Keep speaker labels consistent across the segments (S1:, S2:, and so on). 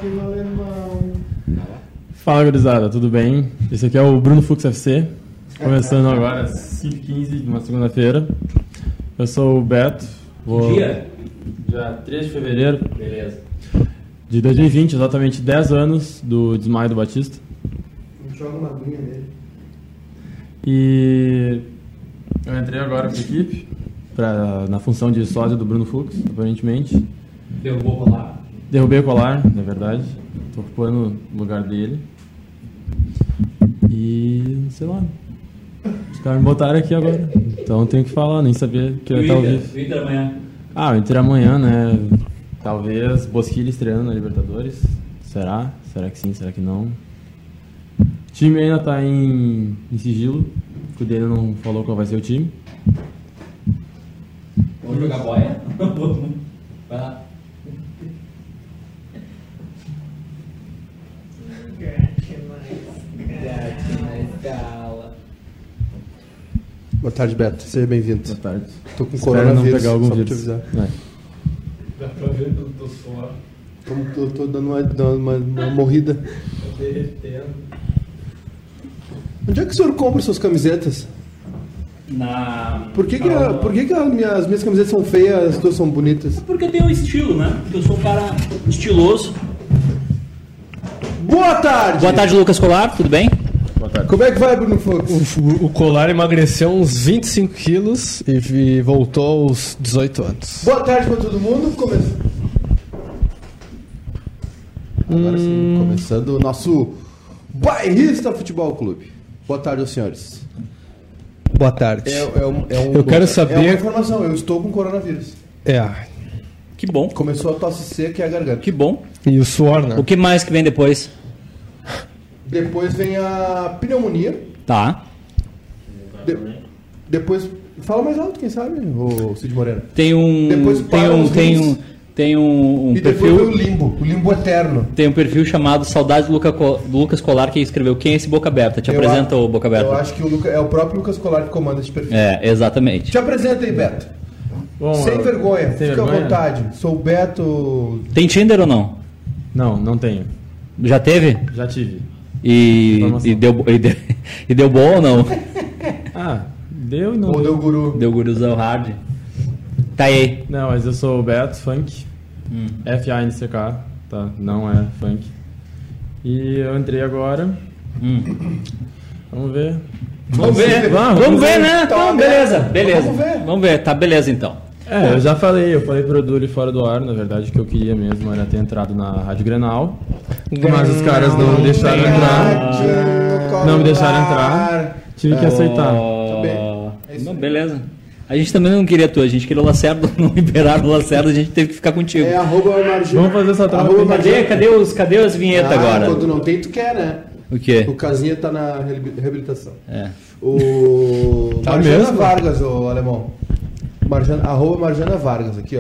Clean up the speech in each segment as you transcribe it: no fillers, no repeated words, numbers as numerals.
S1: no alemão.
S2: Fala, gurizada, tudo bem? Esse aqui é o Bruno Fux FC, começando agora às 5h15 de uma segunda-feira. Eu sou o Beto.
S3: Dia
S2: 3 de fevereiro.
S3: Beleza.
S2: De 2020, exatamente 10 anos do desmaio do Batista.
S1: Joga uma aguinha nele.
S2: E eu entrei agora para a equipe, na função de sósia do Bruno Fux, aparentemente.
S3: Derrubou o colar.
S2: Derrubei o colar, na verdade. Estou ocupando o lugar dele. E sei lá. Os caras me botaram aqui agora. Então eu tenho que falar, nem sabia que eu ia estar ao vivo.
S3: O Inter amanhã.
S2: O Inter amanhã, né? Talvez Bosquilha estreando na Libertadores. Será? Será que sim? Será que não? O time ainda tá em sigilo. O dele não falou qual vai ser o time.
S3: Vamos jogar boia? Vai lá.
S1: Boa tarde, Beto. Seja bem-vindo.
S2: Boa tarde.
S1: Tô com
S2: Espero
S1: coronavírus,
S2: não pegar algum
S1: só pra te
S2: vírus.
S1: avisar.
S4: Dá pra ver do suor.
S1: Como tô dando uma morrida.
S4: Derretendo.
S1: Onde é que o senhor compra suas camisetas? Por que as minhas camisetas são feias, as tuas são bonitas?
S3: Porque eu tenho um estilo, né? Porque eu sou um cara estiloso.
S1: Boa tarde!
S3: Boa tarde, Lucas Colar, tudo bem?
S2: Boa tarde.
S1: Como é que vai, Bruno Fux?
S4: O Colar emagreceu uns 25 quilos e voltou aos 18 anos.
S1: Boa tarde pra todo mundo. Agora sim, começando o nosso Bairrista Futebol Clube. Boa tarde aos senhores.
S4: Boa tarde.
S1: Eu
S4: quero saber-
S1: É uma informação, eu estou com coronavírus.
S3: Que bom,
S1: Começou a tosse seca e a garganta.
S3: que bom.
S4: E o suor, né?
S3: O que mais que vem depois?
S1: Depois vem a pneumonia.
S3: Tá.
S1: Depois. Fala mais alto, quem sabe, o Cid Moreno.
S3: Tem um.
S1: Depois param os rins.
S3: Tem um
S1: E depois vem
S3: perfil.
S1: o limbo eterno.
S3: Tem um perfil chamado Saudade do Lucas Colar que escreveu Quem é esse Boca Aberta? Te apresenta o Boca Aberta.
S1: Eu acho que é o próprio Lucas Colar que comanda esse perfil.
S3: É, exatamente.
S1: Te apresenta aí, Beto.
S2: Bom,
S1: Sem vergonha,
S2: sem
S1: fica à
S2: vergonha?
S1: vontade. Sou o Beto.
S3: Tem Tinder ou não?
S2: Não tenho.
S3: Já teve?
S2: Já tive.
S3: E deu bom ou não?
S2: Deu e não
S1: Ou
S2: deu.
S1: deu guru.
S3: Deu guruzão hard. Tá aí.
S2: Não, mas eu sou o Beto, funk. F-A-N-C-K, tá? Não é funk. E eu entrei agora. Vamos ver.
S3: Vamos ver,
S2: Vamos
S3: ver, né?
S1: Tá
S3: Então, beleza,
S1: aberto.
S3: beleza.
S1: Vamos ver.
S3: Vamos ver, tá, beleza então.
S2: Eu já falei pro Duli fora do ar, na verdade, que eu queria mesmo era ter entrado na Rádio Grenal. Mas os caras não me deixaram entrar. Não me deixaram entrar. Tive que aceitar.
S1: Tá bem. É isso
S3: Não,
S1: aí.
S3: beleza. A gente também não queria tu, a gente queria o Lacerda, não liberaram o Lacerda, a gente teve que ficar contigo.
S1: É arroba Margina.
S2: Vamos fazer essa troca.
S1: Arroba Margina.
S3: Cadê as vinhetas agora?
S1: Quando não tem, tu quer, né?
S3: O quê?
S1: O Casinha tá na reabilitação.
S3: É.
S1: O
S4: Tá
S1: Marjana
S4: mesmo?
S1: Vargas, o alemão. Arroba Marjana Vargas, aqui, ó.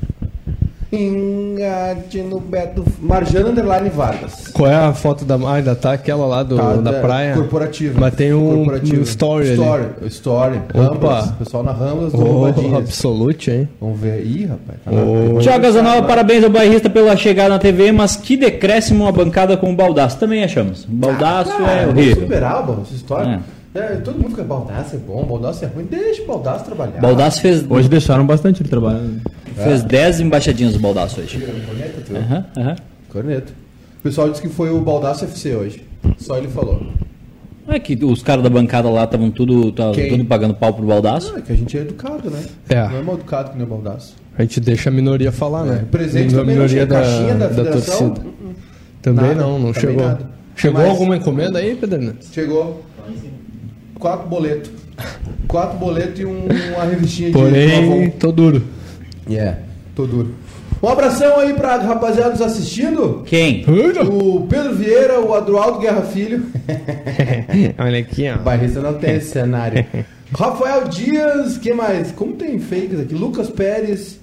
S1: Engate no Beto. Marjana Underline Vargas.
S4: Qual é a foto da... ainda tá aquela lá da praia?
S1: Corporativa.
S4: Mas tem um
S1: Corporativa.
S4: story ali.
S1: Story.
S4: Opa.
S1: Ramblas. Pessoal na Ramblas do Roubadinhas.
S4: Absolute, hein?
S1: Vamos ver. Ih, rapaz. Tá
S3: Tiago Casanova, parabéns ao bairrista pela chegada na TV, mas que decréscimo a bancada com o Baldaço. Também achamos. Baldaço é
S1: Vamos
S3: horrível.
S1: superar essa história. Todo mundo fica, Baldaço é bom, Baldaço é ruim. Deixa o Baldaço trabalhar.
S3: Baldaço fez
S2: Hoje deixaram bastante ele trabalhar. Né?
S3: 10 embaixadinhas do Baldaço hoje.
S1: Corneta, tu?
S3: Aham.
S1: Corneta. O pessoal disse que foi o Baldaço FC hoje. Só ele falou.
S3: Não é que os caras da bancada lá estavam tudo
S1: Quem?
S3: pagando pau pro Baldaço?
S1: É que a gente é educado, né?
S4: É.
S1: Não é mal educado que nem o Baldaço.
S4: A gente deixa a minoria falar, né?
S1: Presente
S4: a
S1: também não
S4: minoria
S1: tinha caixinha da federação?
S4: torcida. Também
S1: Nada,
S4: não
S1: também
S4: chegou.
S1: nada.
S4: Chegou
S1: Mas-
S4: alguma encomenda aí, Pedro?
S1: Chegou 4 boletos. 4 boletos e uma revistinha de
S4: Porém, tô duro.
S1: Tô duro. Um abração aí pra rapaziada nos assistindo.
S3: Quem?
S1: O Pedro Vieira, o Adroaldo Guerra Filho.
S4: Olha aqui, ó.
S1: Bairrista não tem esse cenário. Rafael Dias, quem mais? Como tem fakes aqui? Lucas Pérez,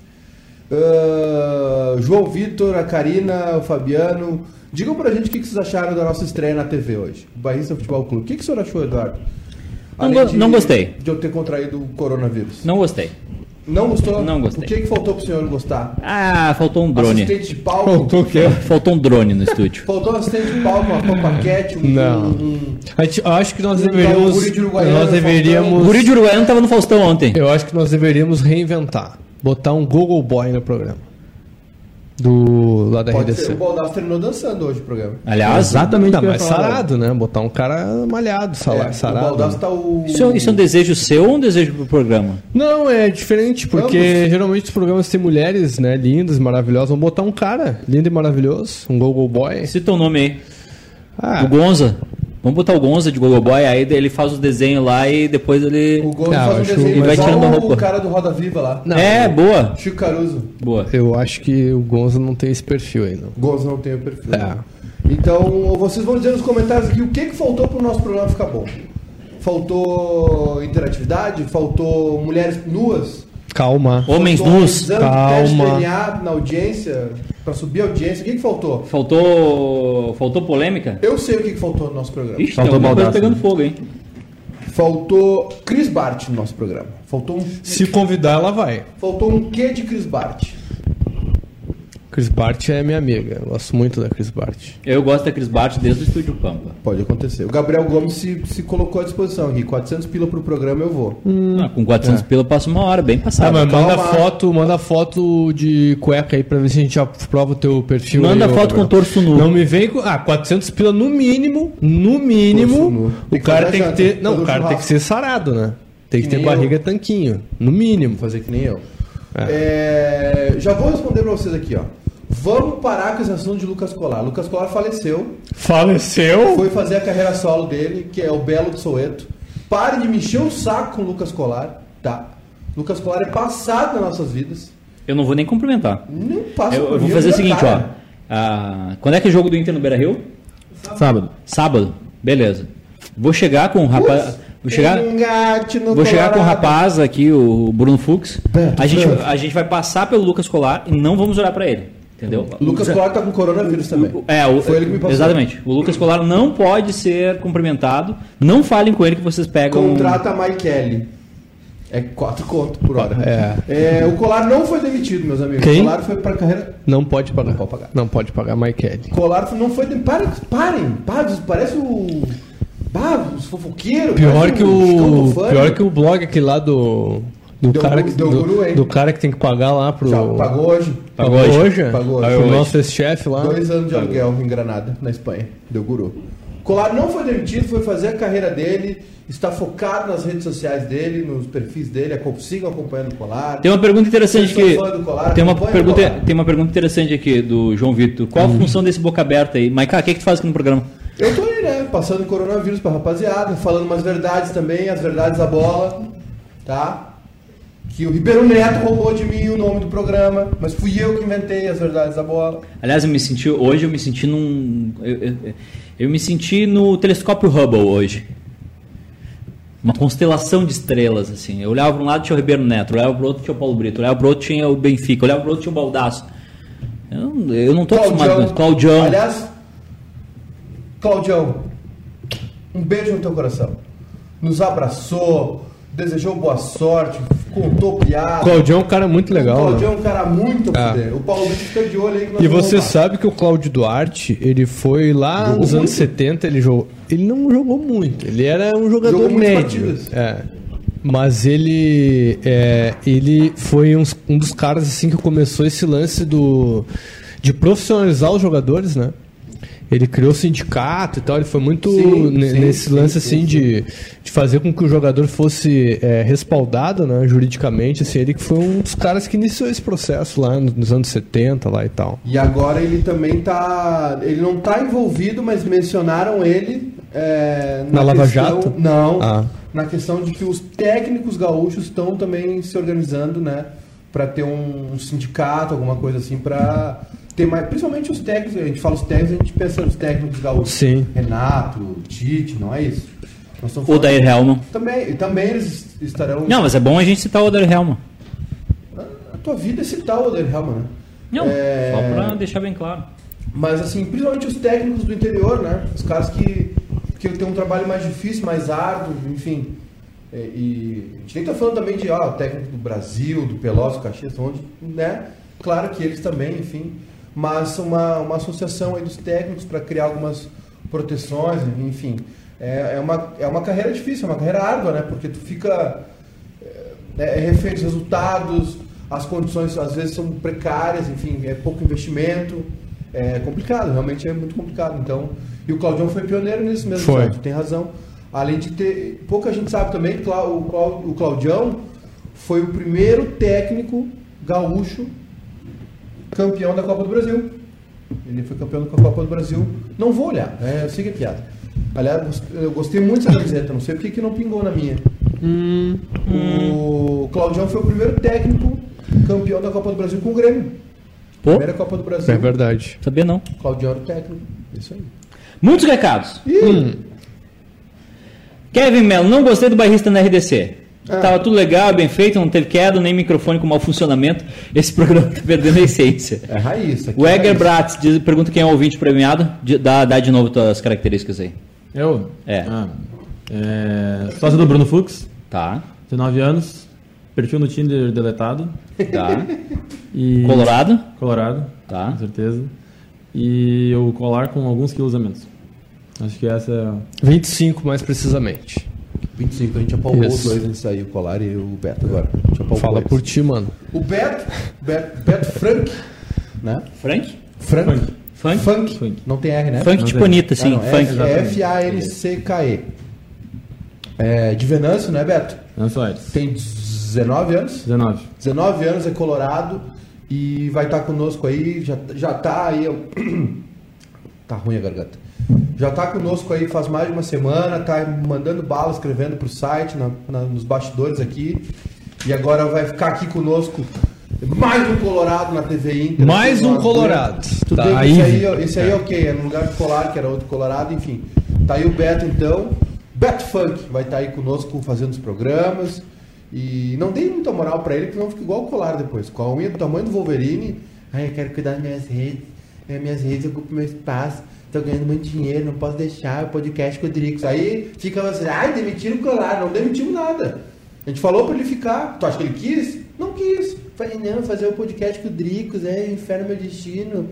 S1: João Vitor, a Karina, o Fabiano. Digam pra gente o que vocês acharam da nossa estreia na TV hoje. O Bairrista Futebol Clube. O que o senhor achou, Eduardo?
S3: Não gostei.
S1: De eu ter contraído o coronavírus.
S3: Não gostei.
S1: Não gostou?
S3: Não gostei.
S1: O que faltou pro senhor gostar?
S3: Faltou um drone.
S1: Assistente de palco?
S4: Faltou o quê?
S3: Faltou um drone no estúdio.
S1: Faltou um assistente de palco, uma paquete,
S4: Eu acho que nós deveríamos...
S1: guri de Uruguaiana
S4: Nós deveríamos...
S3: O guri de Uruguaiano tava no Faustão ontem.
S4: Eu acho que nós deveríamos reinventar. Botar um Google Boy no programa. Lá da
S1: Pode
S4: RDC.
S1: ser. O Baldassi terminou dançando hoje o programa.
S3: Aliás,
S2: Exatamente.
S4: Tá
S2: o que eu ia
S4: mais
S2: falar.
S4: sarado, né? Botar um cara malhado,
S1: O
S4: sarado.
S1: Baldassi tá
S3: isso é um desejo seu ou um desejo pro programa?
S4: Não, é diferente, porque geralmente os programas têm mulheres, né, lindas, maravilhosas. Vamos botar um cara lindo e maravilhoso, um Google Boy.
S3: Cita o nome aí.
S4: Ah,
S3: O Gonza. Vamos botar o Gonza de Gogo Boy, aí ele faz os desenhos lá e depois ele...
S1: O Gomes
S4: Não,
S1: faz um
S4: acho-
S1: desenho,
S3: ele vai
S1: igual
S3: tirando a roupa.
S1: o cara do Roda Viva lá.
S4: Não,
S3: boa.
S1: Chico Caruso.
S3: Boa.
S4: eu acho que o Gonzo não tem esse perfil aí, não.
S1: Gonzo não tem o perfil.
S4: É.
S1: Então, vocês vão dizer nos comentários aqui o que faltou pro nosso programa ficar bom. Faltou interatividade? Faltou mulheres nuas?
S4: Calma.
S3: Homens
S1: Faltou
S3: nus.
S1: exame de teste de
S4: Calma.
S1: DNA na audiência? Pra subir a audiência? O que faltou?
S3: Faltou polêmica?
S1: Eu sei o que faltou no nosso programa.
S3: Ixi,
S2: Faltou
S3: tem alguma coisa
S2: Baldassi.
S3: pegando fogo, hein?
S1: Faltou Chris Bart no nosso programa. Faltou
S4: Se convidar, ela vai.
S1: um quê de Chris Bart?
S4: Chris Bart é minha amiga. Eu gosto muito da Chris Bart.
S3: Eu gosto da Chris Bart desde o Estúdio Pampa.
S1: Pode acontecer. O Gabriel Gomes se colocou à disposição aqui. 400 pila pro programa, eu vou.
S3: Com 400 pila passa uma hora, bem
S4: Tá,
S3: passada.
S4: mas
S1: calma.
S4: manda foto de cueca aí pra ver se a gente aprova o teu perfil.
S3: Manda
S4: aí, ô,
S3: foto com
S4: Gabriel.
S3: torso nu.
S4: Não me vem com... 400 pila no mínimo.
S1: Torso nu.
S4: O
S1: Tem que
S4: cara
S1: fazer
S4: tem
S1: a
S4: que ter...
S1: janta,
S4: Não,
S1: fazer
S4: o
S1: o
S4: cara tem que
S1: churrasco.
S4: ser sarado, né? Tem que
S1: Que
S4: ter
S1: nem
S4: barriga tanquinho. No mínimo.
S1: Vou fazer que nem eu. Já vou responder pra vocês aqui, ó. Vamos parar com esse assunto de Lucas Colar. Lucas Colar faleceu.
S4: Faleceu?
S1: Foi fazer a carreira solo dele, que é o Belo de Soweto. Pare de me encher o saco com o Lucas Colar, tá? Lucas Colar é passado nas nossas vidas.
S3: Eu não vou nem cumprimentar.
S1: Não passa
S3: Eu
S1: por
S3: vou
S1: mim,
S3: fazer o
S1: na
S3: seguinte,
S1: cara.
S3: ó. Quando é que é o jogo do Inter no Beira-Rio?
S2: Sábado.
S3: Sábado. Beleza. Vou chegar com o rapaz... Vou chegar com o rapaz aqui, o Bruno Fux. A gente vai passar pelo Lucas Colar e não vamos olhar pra ele. Entendeu?
S1: Lucas Colar tá com coronavírus também. Foi ele que me passou.
S3: Exatamente. O Lucas Colar não pode ser cumprimentado. Não falem com ele que vocês pegam...
S1: Contrata a Mike Kelly. É 4 conto por hora.
S4: É.
S1: O Colar não foi demitido, meus amigos.
S4: Quem?
S1: O Colar foi pra carreira...
S4: Não pode pagar.
S1: Não pode pagar.
S4: Não pode pagar, Mike Kelly.
S1: Colar não foi demitido. Parem. Parece o... os fofoqueiros.
S4: Pior
S1: parece
S4: que
S1: Chicão do Fã.
S4: pior que o blog aqui lá do cara que
S1: deu guru, hein?
S4: do cara que tem que pagar lá pro
S1: Já pagou hoje.
S4: Pagou hoje?
S1: Pagou hoje.
S4: Pro
S3: Hoje.
S4: nosso ex-chefe lá.
S1: 2 anos de aluguel em Granada, na Espanha. Deu guru. Colar não foi demitido, foi fazer a carreira dele, está focado nas redes sociais dele, nos perfis dele, sigam acompanhando o Colar.
S3: Tem uma pergunta interessante
S1: Vocês
S3: aqui.
S1: são fã do Colar?
S3: Tem uma
S1: Acompanha o
S3: pergunta,
S1: Colar.
S3: tem uma pergunta interessante aqui do João Vitor. Qual a função desse boca aberta aí? Maiká, o que tu faz aqui no programa?
S1: Eu tô aí, né? Passando coronavírus pra rapaziada, falando umas verdades também, as verdades da bola, tá? Que o Ribeiro Neto roubou de mim o nome do programa, mas fui eu que inventei as verdades da bola.
S3: Aliás, hoje eu me senti num... Eu me senti no telescópio Hubble hoje. Uma constelação de estrelas, assim. Eu olhava para um lado, tinha o Ribeiro Neto, eu olhava para o outro, tinha o Paulo Brito, eu olhava para o outro, tinha o Benfica, eu olhava para o outro, tinha o Baldasso. Eu não tô acostumado com isso. Claudião.
S1: Aliás, Claudião, um beijo no teu coração. Nos abraçou, desejou boa sorte, contou piada.
S4: Claudião é um cara muito legal.
S1: O Claudião
S4: Né?
S1: é um cara muito a fuder. O Paulo Brito fica de olho aí que nós
S4: E
S1: vamos
S4: você
S1: roubar.
S4: sabe que o Cláudio Duarte, ele foi lá
S1: Jogou
S4: nos anos
S1: muito?
S4: 70, ele não jogou muito. Ele era um jogador
S1: Jogou muitas
S4: médio.
S1: partidas.
S4: Mas ele foi um dos caras assim que começou esse lance de profissionalizar os jogadores, né? Ele criou sindicato e tal, ele foi muito nesse lance assim de fazer com que o jogador fosse respaldado, né, juridicamente, assim, ele que foi um dos caras que iniciou esse processo lá nos anos 70 lá e tal.
S1: E agora ele também tá... Ele não tá envolvido, mas mencionaram ele...
S4: Na Lava Jato?
S1: Não.
S4: Ah.
S1: Na questão de que os técnicos gaúchos estão também se organizando, né? Pra ter um sindicato, alguma coisa assim, pra... Tem mais, principalmente os técnicos, a gente fala os técnicos, a gente pensa nos técnicos gaúchos.
S4: Sim.
S1: Renato, Tite, não é isso? Nós estamos
S3: O
S1: falando-
S3: Dair Helman.
S1: Também eles estarão...
S3: Não, mas é bom a gente citar o Dair Helman.
S1: A tua vida é citar o Odair Helman, né?
S3: Não, só pra deixar bem claro.
S1: Mas assim, principalmente os técnicos do interior, né? Os caras que têm um trabalho mais difícil, mais árduo, enfim. E a gente nem está falando também de técnico do Brasil, do Pelotas, do Caxias, onde, né? Claro que eles também, enfim, mas uma associação aí dos técnicos para criar algumas proteções, enfim. É uma carreira difícil, é uma carreira árdua, né? Porque tu fica refém dos resultados, as condições às vezes são precárias, enfim, é pouco investimento, é complicado, realmente é muito complicado. Então, e o Claudião foi pioneiro nisso mesmo,
S4: Foi.
S1: tu tem razão. Além de ter, pouca gente sabe também que o Claudião foi o primeiro técnico gaúcho campeão da Copa do Brasil. Ele foi campeão da Copa do Brasil. Não vou olhar, eu sei que é piada. Aliás, eu gostei muito dessa camiseta, não sei porque que não pingou na minha. O Claudião foi o primeiro técnico campeão da Copa do Brasil com o Grêmio.
S3: Pô,
S1: Primeira Copa do Brasil.
S4: É verdade.
S3: sabia não.
S1: Claudião era o técnico. Isso aí.
S3: Muitos recados. Kevin Mello, não gostei do bairrista na RDC. Tava tudo legal, bem feito, não teve queda, nem microfone com mau funcionamento. Esse programa tá perdendo a essência.
S1: É raiz. Aqui
S3: O
S1: é
S3: Eger
S1: raiz.
S3: Bratz pergunta quem é o ouvinte premiado. Dá de novo tuas características aí.
S2: Eu?
S3: É.
S2: Sócio do Bruno Fux,
S3: Tá.
S2: 19 anos, perfil no Tinder deletado.
S3: Tá.
S2: E
S3: Colorado?
S2: Colorado,
S3: Tá.
S2: com certeza. E o colar com alguns quilos a menos. Acho que essa é
S4: 25 mais precisamente.
S1: 25, a gente apalpou os
S4: Isso.
S1: dois antes de sair, o Colar e o Beto agora. A gente apalpou
S4: Fala
S1: eles.
S4: por ti, mano.
S1: O Beto Frank, né?
S3: Frank?
S1: Funk.
S3: Funk?
S1: Não tem R, né?
S3: Funk
S2: Não
S3: tipo
S2: tem.
S3: Anitta, sim.
S1: Não,
S3: Funk.
S1: é F-A-N-C-K-E. De Venâncio, né, Beto?
S2: Não Soares.
S1: Tem 19 anos.
S2: 19.
S1: 19 anos, é colorado e vai estar conosco aí, já tá aí. Tá ruim a garganta. Já tá conosco aí faz mais de uma semana, tá mandando bala, escrevendo pro site, nos bastidores aqui. E agora vai ficar aqui conosco mais um colorado na TV Inter.
S4: Mais um colorado.
S1: Tudo
S4: Tá,
S1: bem,
S4: aí,
S1: esse aí é ok, é no lugar do Colar, que era outro colorado, enfim. Tá aí o Beto então. Beto Funk vai estar aí conosco fazendo os programas. E não dei muita moral pra ele, porque não fica igual o Colar depois. Com a unha do tamanho do Wolverine. Ai, eu quero cuidar das minhas redes. Minhas redes ocupam meu espaço. Tô ganhando muito dinheiro, não posso deixar o podcast com o Dricos. Aí fica assim, demitiram o Colar. Não demitimos nada. A gente falou pra ele ficar. Tu acha que ele quis? Não quis. Falei, não, fazer o podcast com o Dricos, inferno meu destino.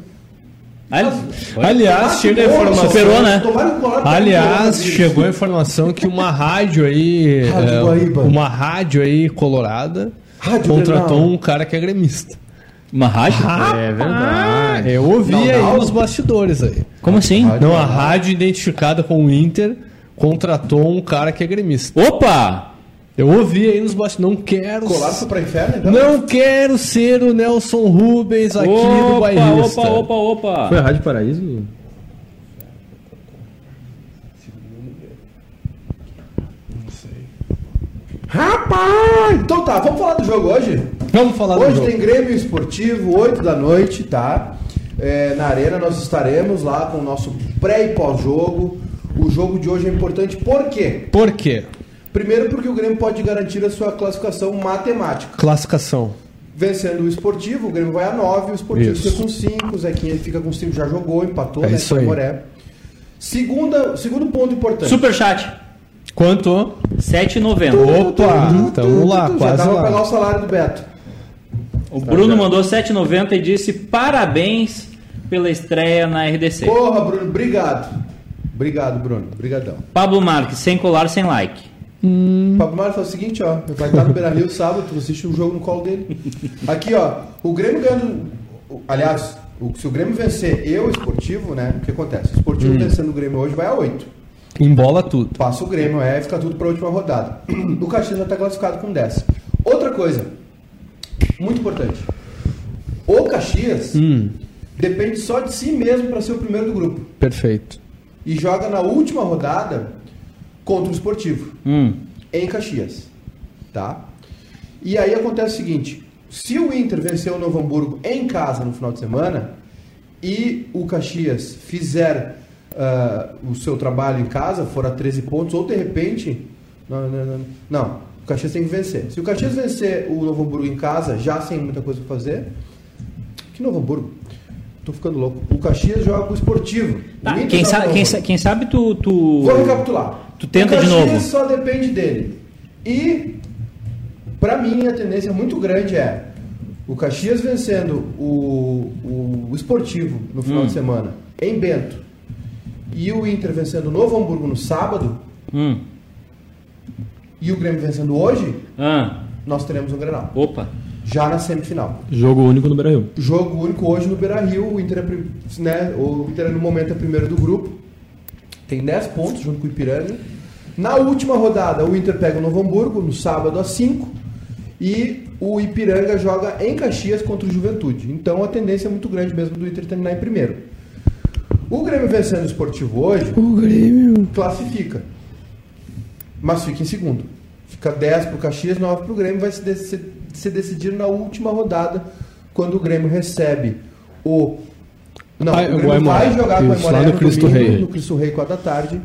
S4: Aliás, chega a informação.
S3: Superou, né?
S1: Tomaram o Colar pra
S4: Aliás,
S1: ele,
S4: chegou a informação que uma rádio aí.
S1: Rádio Guaíba.
S4: Uma rádio aí colorada
S1: Rádio
S4: contratou
S1: Grenal.
S4: um cara que é gremista.
S3: Uma rádio?
S2: É verdade.
S4: Eu ouvi
S1: Não,
S4: aí
S1: não.
S4: nos bastidores aí.
S3: Como assim?
S1: Rádio.
S4: Não, a rádio identificada com o Inter contratou um cara que é gremista.
S3: Opa!
S4: Eu ouvi aí nos bastidores. Não quero.
S1: Colar foi pra inferno, então?
S4: Não quero ser o Nelson Rubens aqui do bairrista.
S3: Opa.
S2: Foi a Rádio Paraíso?
S1: Rapaz! Então tá, vamos falar do jogo hoje?
S4: Vamos falar do
S1: Hoje
S4: jogo.
S1: tem Grêmio Esportivo, 8 da noite, tá? Na Arena nós estaremos lá com o nosso pré e pós-jogo. O jogo de hoje é importante por quê?
S4: Por quê?
S1: Primeiro porque o Grêmio pode garantir a sua classificação matemática.
S4: Classificação.
S1: Vencendo o Esportivo, o Grêmio vai a 9, o Esportivo
S4: Isso.
S1: fica com 5, o Zequinha fica com 5, já jogou, empatou,
S4: É
S1: né?
S4: isso
S1: com o
S4: aí.
S1: Moré. Segundo ponto importante.
S3: Superchat.
S4: Quanto?
S3: 7,90.
S4: Opa, tamo lá,
S1: Já
S4: quase
S1: dá pra pegar
S4: lá.
S1: o salário do Beto.
S3: O Bruno mandou 7,90 e disse parabéns pela estreia na RDC.
S1: Porra, Bruno, obrigado. Obrigado, Bruno. Obrigadão.
S3: Pablo Marques, sem colar, sem like.
S1: O Pablo Mário faz o seguinte, ó. Vai estar no Beira-Rio sábado, tu assiste o jogo no colo dele. Aqui, ó. O Grêmio ganhando... Aliás, se o Grêmio vencer e o Esportivo, né? O que acontece? O Esportivo vencendo o Grêmio hoje vai a 8.
S4: Embola tudo.
S1: Passa o Grêmio, fica tudo pra última rodada. O Caxias já tá classificado com 10. Outra coisa, muito importante. O Caxias depende só de si mesmo para ser o primeiro do grupo.
S4: Perfeito.
S1: E joga na última rodada contra o Esportivo, em Caxias. Tá? E aí acontece o seguinte, se o Inter vencer o Novo Hamburgo em casa no final de semana e o Caxias fizer o seu trabalho em casa, for a 13 pontos, ou de repente... Não, o Caxias tem que vencer. Se o Caxias vencer o Novo Hamburgo em casa, já sem muita coisa para fazer... Que Novo Hamburgo? Tô ficando louco. O Caxias joga com o Esportivo.
S3: Tá,
S1: O Inter
S3: quem
S1: joga com o Novo
S3: sabe,
S1: Hamburgo.
S3: quem sabe tu
S1: Vou recapitular.
S3: tu tenta
S1: o
S3: de
S1: Caxias
S3: novo.
S1: só depende dele. E, pra mim, a tendência muito grande é o Caxias vencendo o Esportivo no final de semana em Bento e o Inter vencendo o Novo Hamburgo no sábado e o Grêmio vencendo hoje, nós teremos um Grenal.
S3: Opa!
S1: Já na semifinal.
S2: Jogo único no Beira-Rio.
S1: Jogo único hoje no Beira-Rio. O Inter, o Inter no momento é primeiro do grupo. Tem 10 pontos junto com o Ipiranga. Na última rodada, o Inter pega o Novo Hamburgo no sábado às 5. E o Ipiranga joga em Caxias contra o Juventude. Então a tendência é muito grande mesmo do Inter terminar em primeiro. O Grêmio vencendo o Esportivo hoje,
S4: O Grêmio
S1: classifica. Mas fica em segundo. Fica 10 pro Caxias, 9 pro Grêmio. Vai se decidir na última rodada, quando o Grêmio recebe o... Não, o Grêmio vai jogar com o Aimoré no Cristo Rei. No Cristo Rei, 4 da tarde.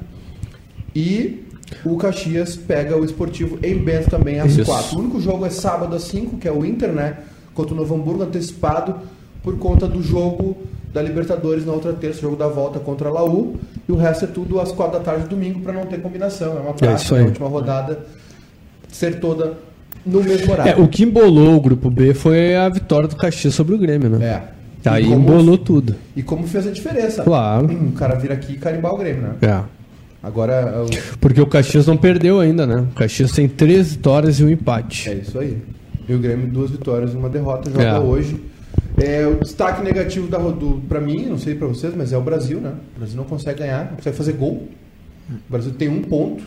S1: E o Caxias pega o Esportivo em Bento também às 4. O único jogo é sábado às 5, que é o Inter, né? Contra o Novo Hamburgo, antecipado por conta do jogo da Libertadores na outra terça, jogo da volta contra a Laú. E o resto é tudo às 4 da tarde domingo, para não ter combinação. É uma prática, a última rodada ser toda no mesmo horário.
S4: O que embolou o grupo B foi a vitória do Caxias sobre o Grêmio, né? Aí embolou tudo.
S1: E como fez a diferença.
S4: Claro.
S1: O cara vir aqui e carimbar o Grêmio, né? Agora...
S4: Porque o Caxias não perdeu ainda, né? O Caxias tem 3 vitórias e um empate.
S1: É isso aí. E o Grêmio 2 vitórias e uma derrota. Joga hoje. O destaque negativo pra mim, não sei pra vocês, mas é o Brasil, né? O Brasil não consegue ganhar, não consegue fazer gol. O Brasil tem 1 ponto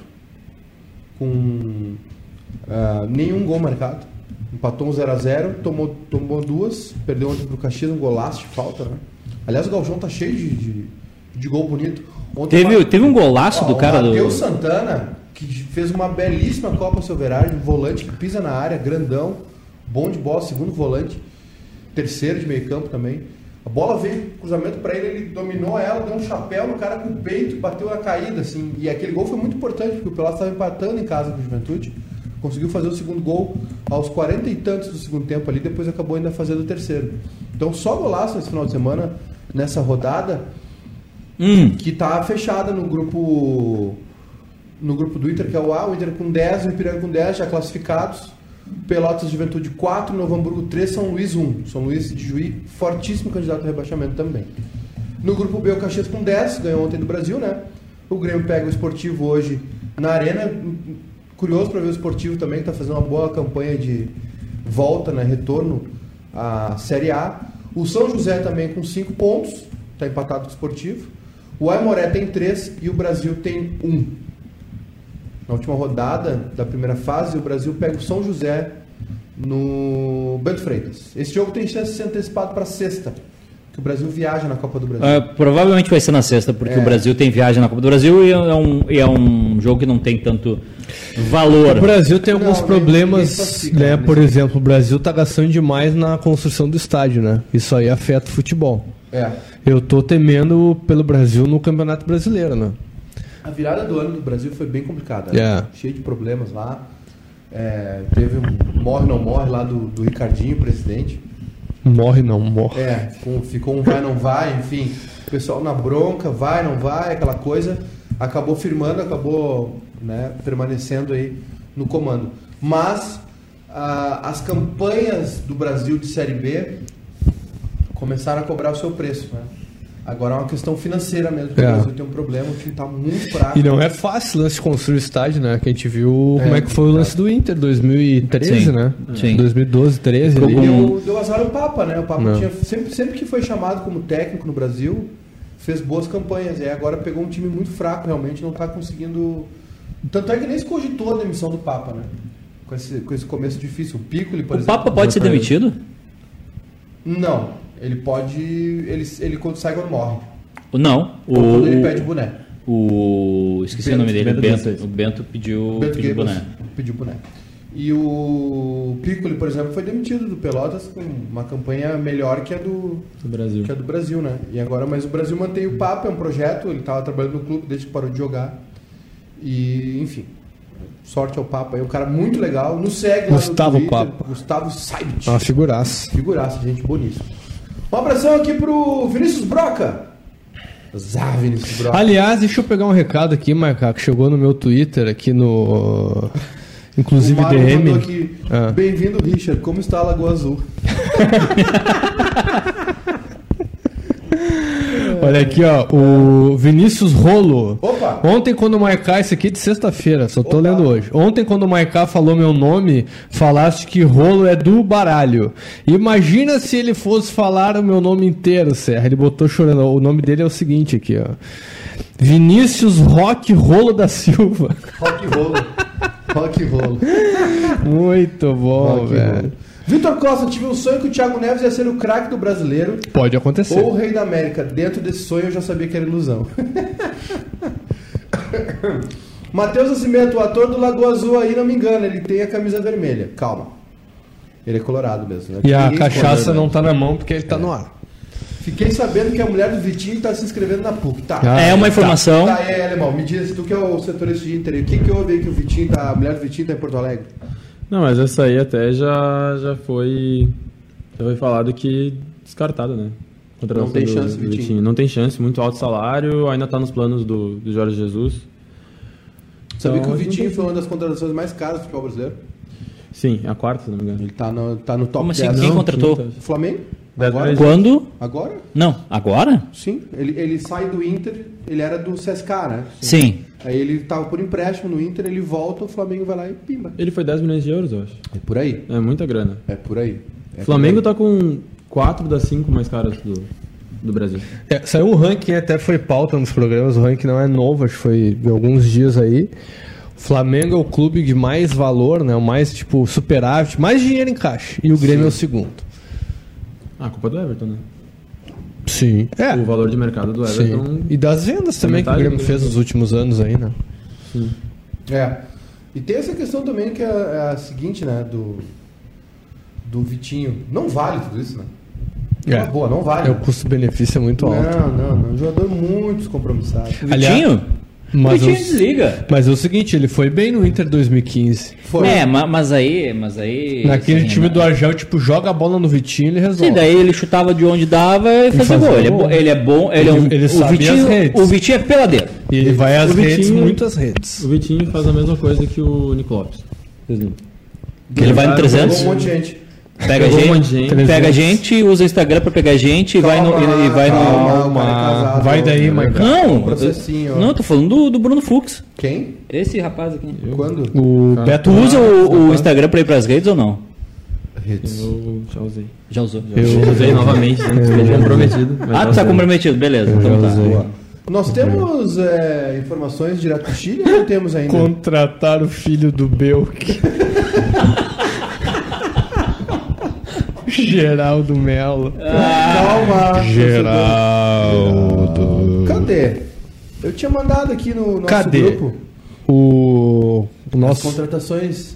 S1: com nenhum gol marcado. Empatou um 0x0, tomou 2, perdeu ontem pro Caxias, um golaço de falta, né? Aliás, o Galchão tá cheio de gol bonito. Ontem
S3: teve um golaço do cara do...
S1: Matheus Santana, que fez uma belíssima Copa Silverard, um volante que pisa na área, grandão, bom de bola, segundo volante, terceiro de meio campo também. A bola veio, cruzamento pra ele dominou ela, deu um chapéu no cara com o peito, bateu na caída, assim. E aquele gol foi muito importante, porque o Pelotas estava empatando em casa com o Juventude. Conseguiu fazer o segundo gol aos 40 e tantos do segundo tempo ali, depois acabou ainda fazendo o terceiro. Então só golaço nesse final de semana, nessa rodada, que tá fechada no grupo do Inter, que é o A, o Inter com 10, o Ipiranga com 10, já classificados. Pelotas Juventude 4, Novo Hamburgo 3, São Luís 1. São Luís de Juí, fortíssimo candidato a rebaixamento também. No grupo B, o Caxias com 10, ganhou ontem do Brasil, né? O Grêmio pega o Esportivo hoje na Arena. Curioso para ver o Esportivo também, que está fazendo uma boa campanha de volta, né, retorno à Série A. O São José também com 5 pontos, está empatado com o Esportivo. O Aimoré tem 3 e o Brasil tem 1. Na última rodada da primeira fase, o Brasil pega o São José no Bento Freitas. Esse jogo tem chance de ser antecipado para sexta, que o Brasil viaja na Copa do Brasil.
S3: Provavelmente vai ser na sexta, porque o Brasil tem viagem na Copa do Brasil e é um jogo que não tem tanto valor.
S4: O Brasil tem alguns problemas, né? Por exemplo, o Brasil está gastando demais na construção do estádio, né? Isso aí afeta o futebol. Eu estou temendo pelo Brasil no Campeonato Brasileiro, né?
S1: A virada do ano do Brasil foi bem complicada, cheio de problemas lá. Teve um morre não morre lá do Ricardinho, presidente.
S4: Morre não morre.
S1: Ficou um vai não vai, enfim, o pessoal na bronca, vai não vai, aquela coisa. Acabou firmando, né, permanecendo aí no comando. Mas as campanhas do Brasil de Série B começaram a cobrar o seu preço, né? Agora é uma questão financeira mesmo, porque o Brasil tem um problema, o time está muito fraco.
S4: E não é fácil o lance de construir o estádio, né? Que a gente viu como é que foi o lance do Inter, 2013, né?
S3: Sim.
S4: 2012, 13.
S1: Deu azar o Papa, né? O Papa tinha, sempre que foi chamado como técnico no Brasil, fez boas campanhas. E agora pegou um time muito fraco, realmente, não está conseguindo... Tanto é que nem se cogitou a demissão do Papa, né? Com esse começo difícil. O Piccoli, por exemplo...
S3: O Papa pode ser demitido?
S1: Não. Ele pode... Ele quando sai, quando morre.
S3: Não.
S1: Quando ele pede boné.
S3: Esqueci o nome dele. O Bento pediu boné.
S1: Pediu boné. E o Piccoli, por exemplo, foi demitido do Pelotas com uma campanha melhor que a do
S2: Brasil.
S1: Que a do Brasil, né? E agora, mas o Brasil mantém o Papa, é um projeto, ele estava trabalhando no clube desde que parou de jogar. E, enfim, sorte ao Papa. É um cara muito legal. Nos segue lá
S4: Gustavo
S1: no Twitter.
S4: Papa.
S1: Gustavo Saibit.
S4: Uma figuraça.
S1: Figuraça, gente boníssima. Um abração aqui pro Vinícius Broca. Vinícius Broca.
S4: Aliás, deixa eu pegar um recado aqui, Macaco. Chegou no meu Twitter aqui no Inclusive
S1: o Mário
S4: DM.
S1: mandou aqui, bem-vindo, Richard, como está a Lagoa Azul?
S4: Olha aqui, ó, o Vinícius Rolo.
S1: Opa!
S4: Ontem, quando o Maiká, isso aqui é de sexta-feira, só tô
S1: Opa.
S4: lendo hoje. Ontem, quando o Maiká falou meu nome, falaste que Rolo é do baralho. Imagina se ele fosse falar o meu nome inteiro, Serra. Ele botou chorando. O nome dele é o seguinte aqui, ó. Vinícius Roque Rolo da Silva.
S1: Rock Rolo. Rock Rolo.
S4: Muito bom,
S1: Rock
S4: velho.
S1: Rolo. Vitor Costa, tive um sonho que o Thiago Neves ia ser o craque do brasileiro
S4: Pode acontecer.
S1: ou o rei da América. Dentro desse sonho eu já sabia que era ilusão. Matheus Nascimento, o ator do Lagoa Azul aí, não me engana, ele tem a camisa vermelha. Calma. Ele é colorado mesmo. Né?
S4: E a
S1: Ninguém
S4: cachaça
S1: esconde,
S4: não
S1: né?
S4: tá na mão porque ele tá no ar.
S1: Fiquei sabendo que a mulher do Vitinho está se inscrevendo na PUC. Tá.
S4: Ah,
S3: É uma informação.
S1: Tá, alemão. Me diz, tu que é o setorista de Inter, o que houve aí que o Vitinho tá, a mulher do Vitinho tá em Porto Alegre?
S2: Não, mas essa aí até já foi falado que descartada, né? Contratação
S1: Não tem chance,
S2: do
S1: Vitinho.
S2: Não tem chance, muito alto salário, ainda tá nos planos do Jorge Jesus.
S1: Sabia
S2: Então,
S1: que o
S2: não
S1: Vitinho
S2: tem-
S1: foi uma das contratações mais caras do futebol brasileiro?
S2: Sim, a quarta, se não me engano.
S1: Ele tá no top
S3: Como assim?
S1: 10.
S3: Quem
S2: Não,
S3: contratou?
S2: quinta.
S1: O Flamengo?
S2: 10
S1: Agora?
S2: milhões.
S3: Quando?
S1: Agora?
S3: Não, agora?
S1: Sim. Ele sai do Inter, ele era do CSKA, né?
S3: Sim.
S1: Aí ele tava por empréstimo no Inter, ele volta, o Flamengo vai lá e pimba.
S2: Ele foi 10 milhões de euros, eu acho.
S1: É por aí.
S2: É muita grana.
S1: É por aí. É
S2: O Flamengo
S1: por aí.
S2: tá com 4 das 5 mais caras do Brasil.
S4: Saiu um ranking, até foi pauta nos programas, o ranking não é novo, acho que foi de alguns dias aí. O Flamengo é o clube de mais valor, né? O mais, tipo, superávit, mais dinheiro em caixa. E o Grêmio é o segundo.
S2: Ah, a culpa do Everton, né?
S4: Sim. É.
S2: O valor de mercado do Everton...
S4: Sim. E das vendas também que o
S2: metade
S4: Grêmio
S2: do-
S4: fez nos últimos anos aí, né?
S1: É. E tem essa questão também que é a seguinte, né? Do Vitinho. Não vale tudo isso, né?
S4: É.
S1: Boa, não vale.
S4: O custo-benefício é muito alto.
S1: Não. Um jogador muito descompromissado.
S4: Aliás,
S3: Vitinho?
S4: mas
S3: Vitinho
S4: eu-
S3: desliga.
S4: Mas é o seguinte, ele foi bem no Inter 2015.
S1: Foi.
S3: É, mas aí...
S4: Naquele
S3: sim,
S4: time
S3: né?
S4: do Argel, tipo, joga a bola no Vitinho e ele resolve.
S3: Sim, daí ele chutava de onde dava e fazia
S4: fazia
S3: gol. Ele é
S4: gol.
S3: bom, ele é bom, ele é um...
S4: Ele sabe
S3: o Vitinho,
S4: as redes.
S3: o Vitinho é peladeiro.
S4: E ele vai às
S2: O
S4: redes,
S2: Vitinho-
S4: muitas redes.
S2: O Vitinho faz a mesma coisa que o Nico Lopes.
S3: Ele vai no 300,
S1: Pegou um monte de gente.
S3: pega
S2: Pegou um monte de
S3: gente,
S2: gente.
S3: pega gente, usa o Instagram pra pegar gente e vai no... E vai no...
S1: Calma, o cara é casado,
S4: Vai daí,
S1: né?
S4: Maicon.
S3: Não,
S1: processinho, ó.
S3: não, eu tô falando do Bruno Fux.
S1: Quem?
S3: Esse rapaz aqui.
S1: Quando?
S4: O Beto
S3: Tu usa o Instagram pra ir pras redes ou não?
S1: Redes.
S2: Eu já usei.
S3: Já usou?
S2: Eu usei novamente, né? Estou comprometido. mas
S3: Ah,
S2: já
S3: tu tá
S2: usei.
S3: comprometido, beleza. Então
S4: já
S3: tá.
S4: usei.
S3: Boa.
S1: Nós temos informações direto do Chile ou não temos ainda?
S4: Contratar o filho do Belk. Geraldo Melo.
S1: Calma.
S4: Geraldo.
S1: Cadê? Eu tinha mandado aqui no nosso
S4: Cadê?
S1: grupo
S4: O
S1: as
S4: nosso.
S1: contratações.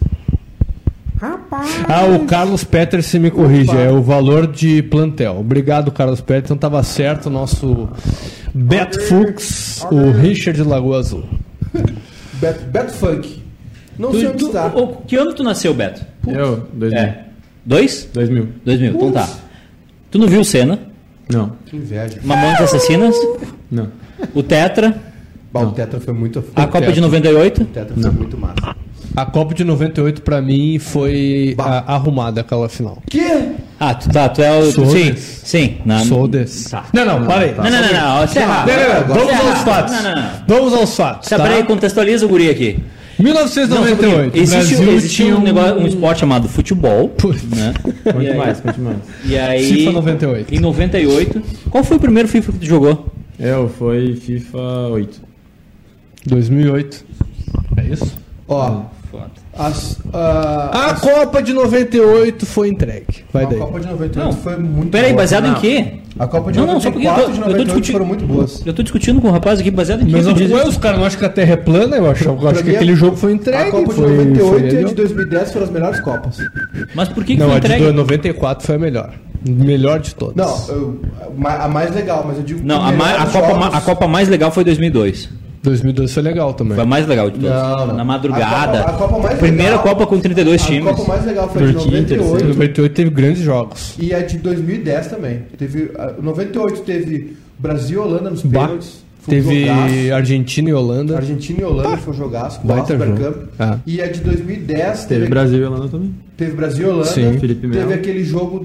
S4: Ah, o Carlos Peterson me corrige,
S1: Opa.
S4: é o valor de plantel. Obrigado, Carlos Peterson, tava certo o nosso Beto Fux, o Richard de Lagoa Azul.
S1: Beto Funk. Não sei onde está.
S3: Que ano tu nasceu, Beto?
S2: Eu, 2000.
S3: É. 2?
S2: 2000.
S3: 2000, então tá. Tu não viu o Senna?
S2: Não.
S1: Que inveja.
S3: Mamonas Assassinas?
S2: Não.
S3: O Tetra?
S1: Bah, o Tetra foi muito.
S3: A Copa de 98?
S1: O Tetra foi muito massa.
S4: A Copa de 98 pra mim foi arrumada aquela final.
S1: Que?
S3: Ah, tu é o...
S4: Sou
S3: Sim,
S4: desse.
S3: sim.
S4: Sou desse.
S3: Tá.
S4: Não, para aí.
S3: Não, você é errado.
S4: Vamos
S3: Você é
S4: aos
S3: errado.
S4: fatos.
S3: Não.
S4: Vamos aos fatos.
S3: Tá, peraí, contextualiza o guri aqui.
S4: 1998.
S3: Existe um esporte chamado futebol, né?
S2: Conte mais, conte mais.
S3: E aí...
S4: FIFA 98.
S3: Em 98. Qual foi o primeiro FIFA que tu jogou?
S2: Foi FIFA 8.
S4: 2008. É isso?
S1: Ó,
S3: Foda.
S4: A Copa de 98 foi entregue. Vai
S1: a
S4: daí.
S1: Copa de 98
S3: Não.
S1: foi muito
S3: Peraí,
S1: boa.
S3: baseado em
S2: Não.
S3: quê?
S1: A Copa de
S3: Não, só porque
S1: 94 e de
S3: eu tô
S1: 98
S3: discutindo.
S1: foram muito boas.
S3: Eu tô discutindo com o rapaz aqui, baseado em quê?
S4: Mas
S3: tu diz
S4: ué,
S3: isso?
S4: os caras não acham que a Terra é plana? Eu acho que
S1: Pra mim,
S4: aquele jogo foi entregue.
S1: A Copa de
S4: foi
S1: 98 e a
S4: ali, ó.
S1: de 2010 foram as melhores Copas.
S3: Mas por que
S4: Não,
S3: foi
S4: a de
S3: entregue?
S4: 94 foi a melhor. Melhor de todas.
S1: Não, a mais legal, mas eu digo.
S3: Não,
S1: melhores
S3: a
S1: jogos.
S3: Copa mais legal foi 2002.
S4: 2002 foi legal também.
S3: Foi a mais legal de todas.
S1: Não.
S3: Na madrugada.
S1: A Copa mais
S3: Primeira
S1: legal-
S3: Copa com 32 times.
S1: A Copa mais legal foi a de
S2: Turquia,
S1: 98
S4: 98 teve grandes jogos.
S1: e a de 2010 também. Teve, 98 teve Brasil e Holanda nos
S4: Bah.
S1: pênaltis. Foi um
S4: Teve
S1: jogaço.
S4: Argentina e Holanda.
S1: Argentina e Holanda foi um jogaço.
S4: Baita
S1: Super
S4: jogo.
S1: Cup.
S4: Ah.
S1: E a de 2010
S2: Teve Brasil e Holanda também.
S1: Teve Brasil e Holanda.
S4: Sim.
S2: Felipe
S1: Teve
S2: Melo.
S1: aquele jogo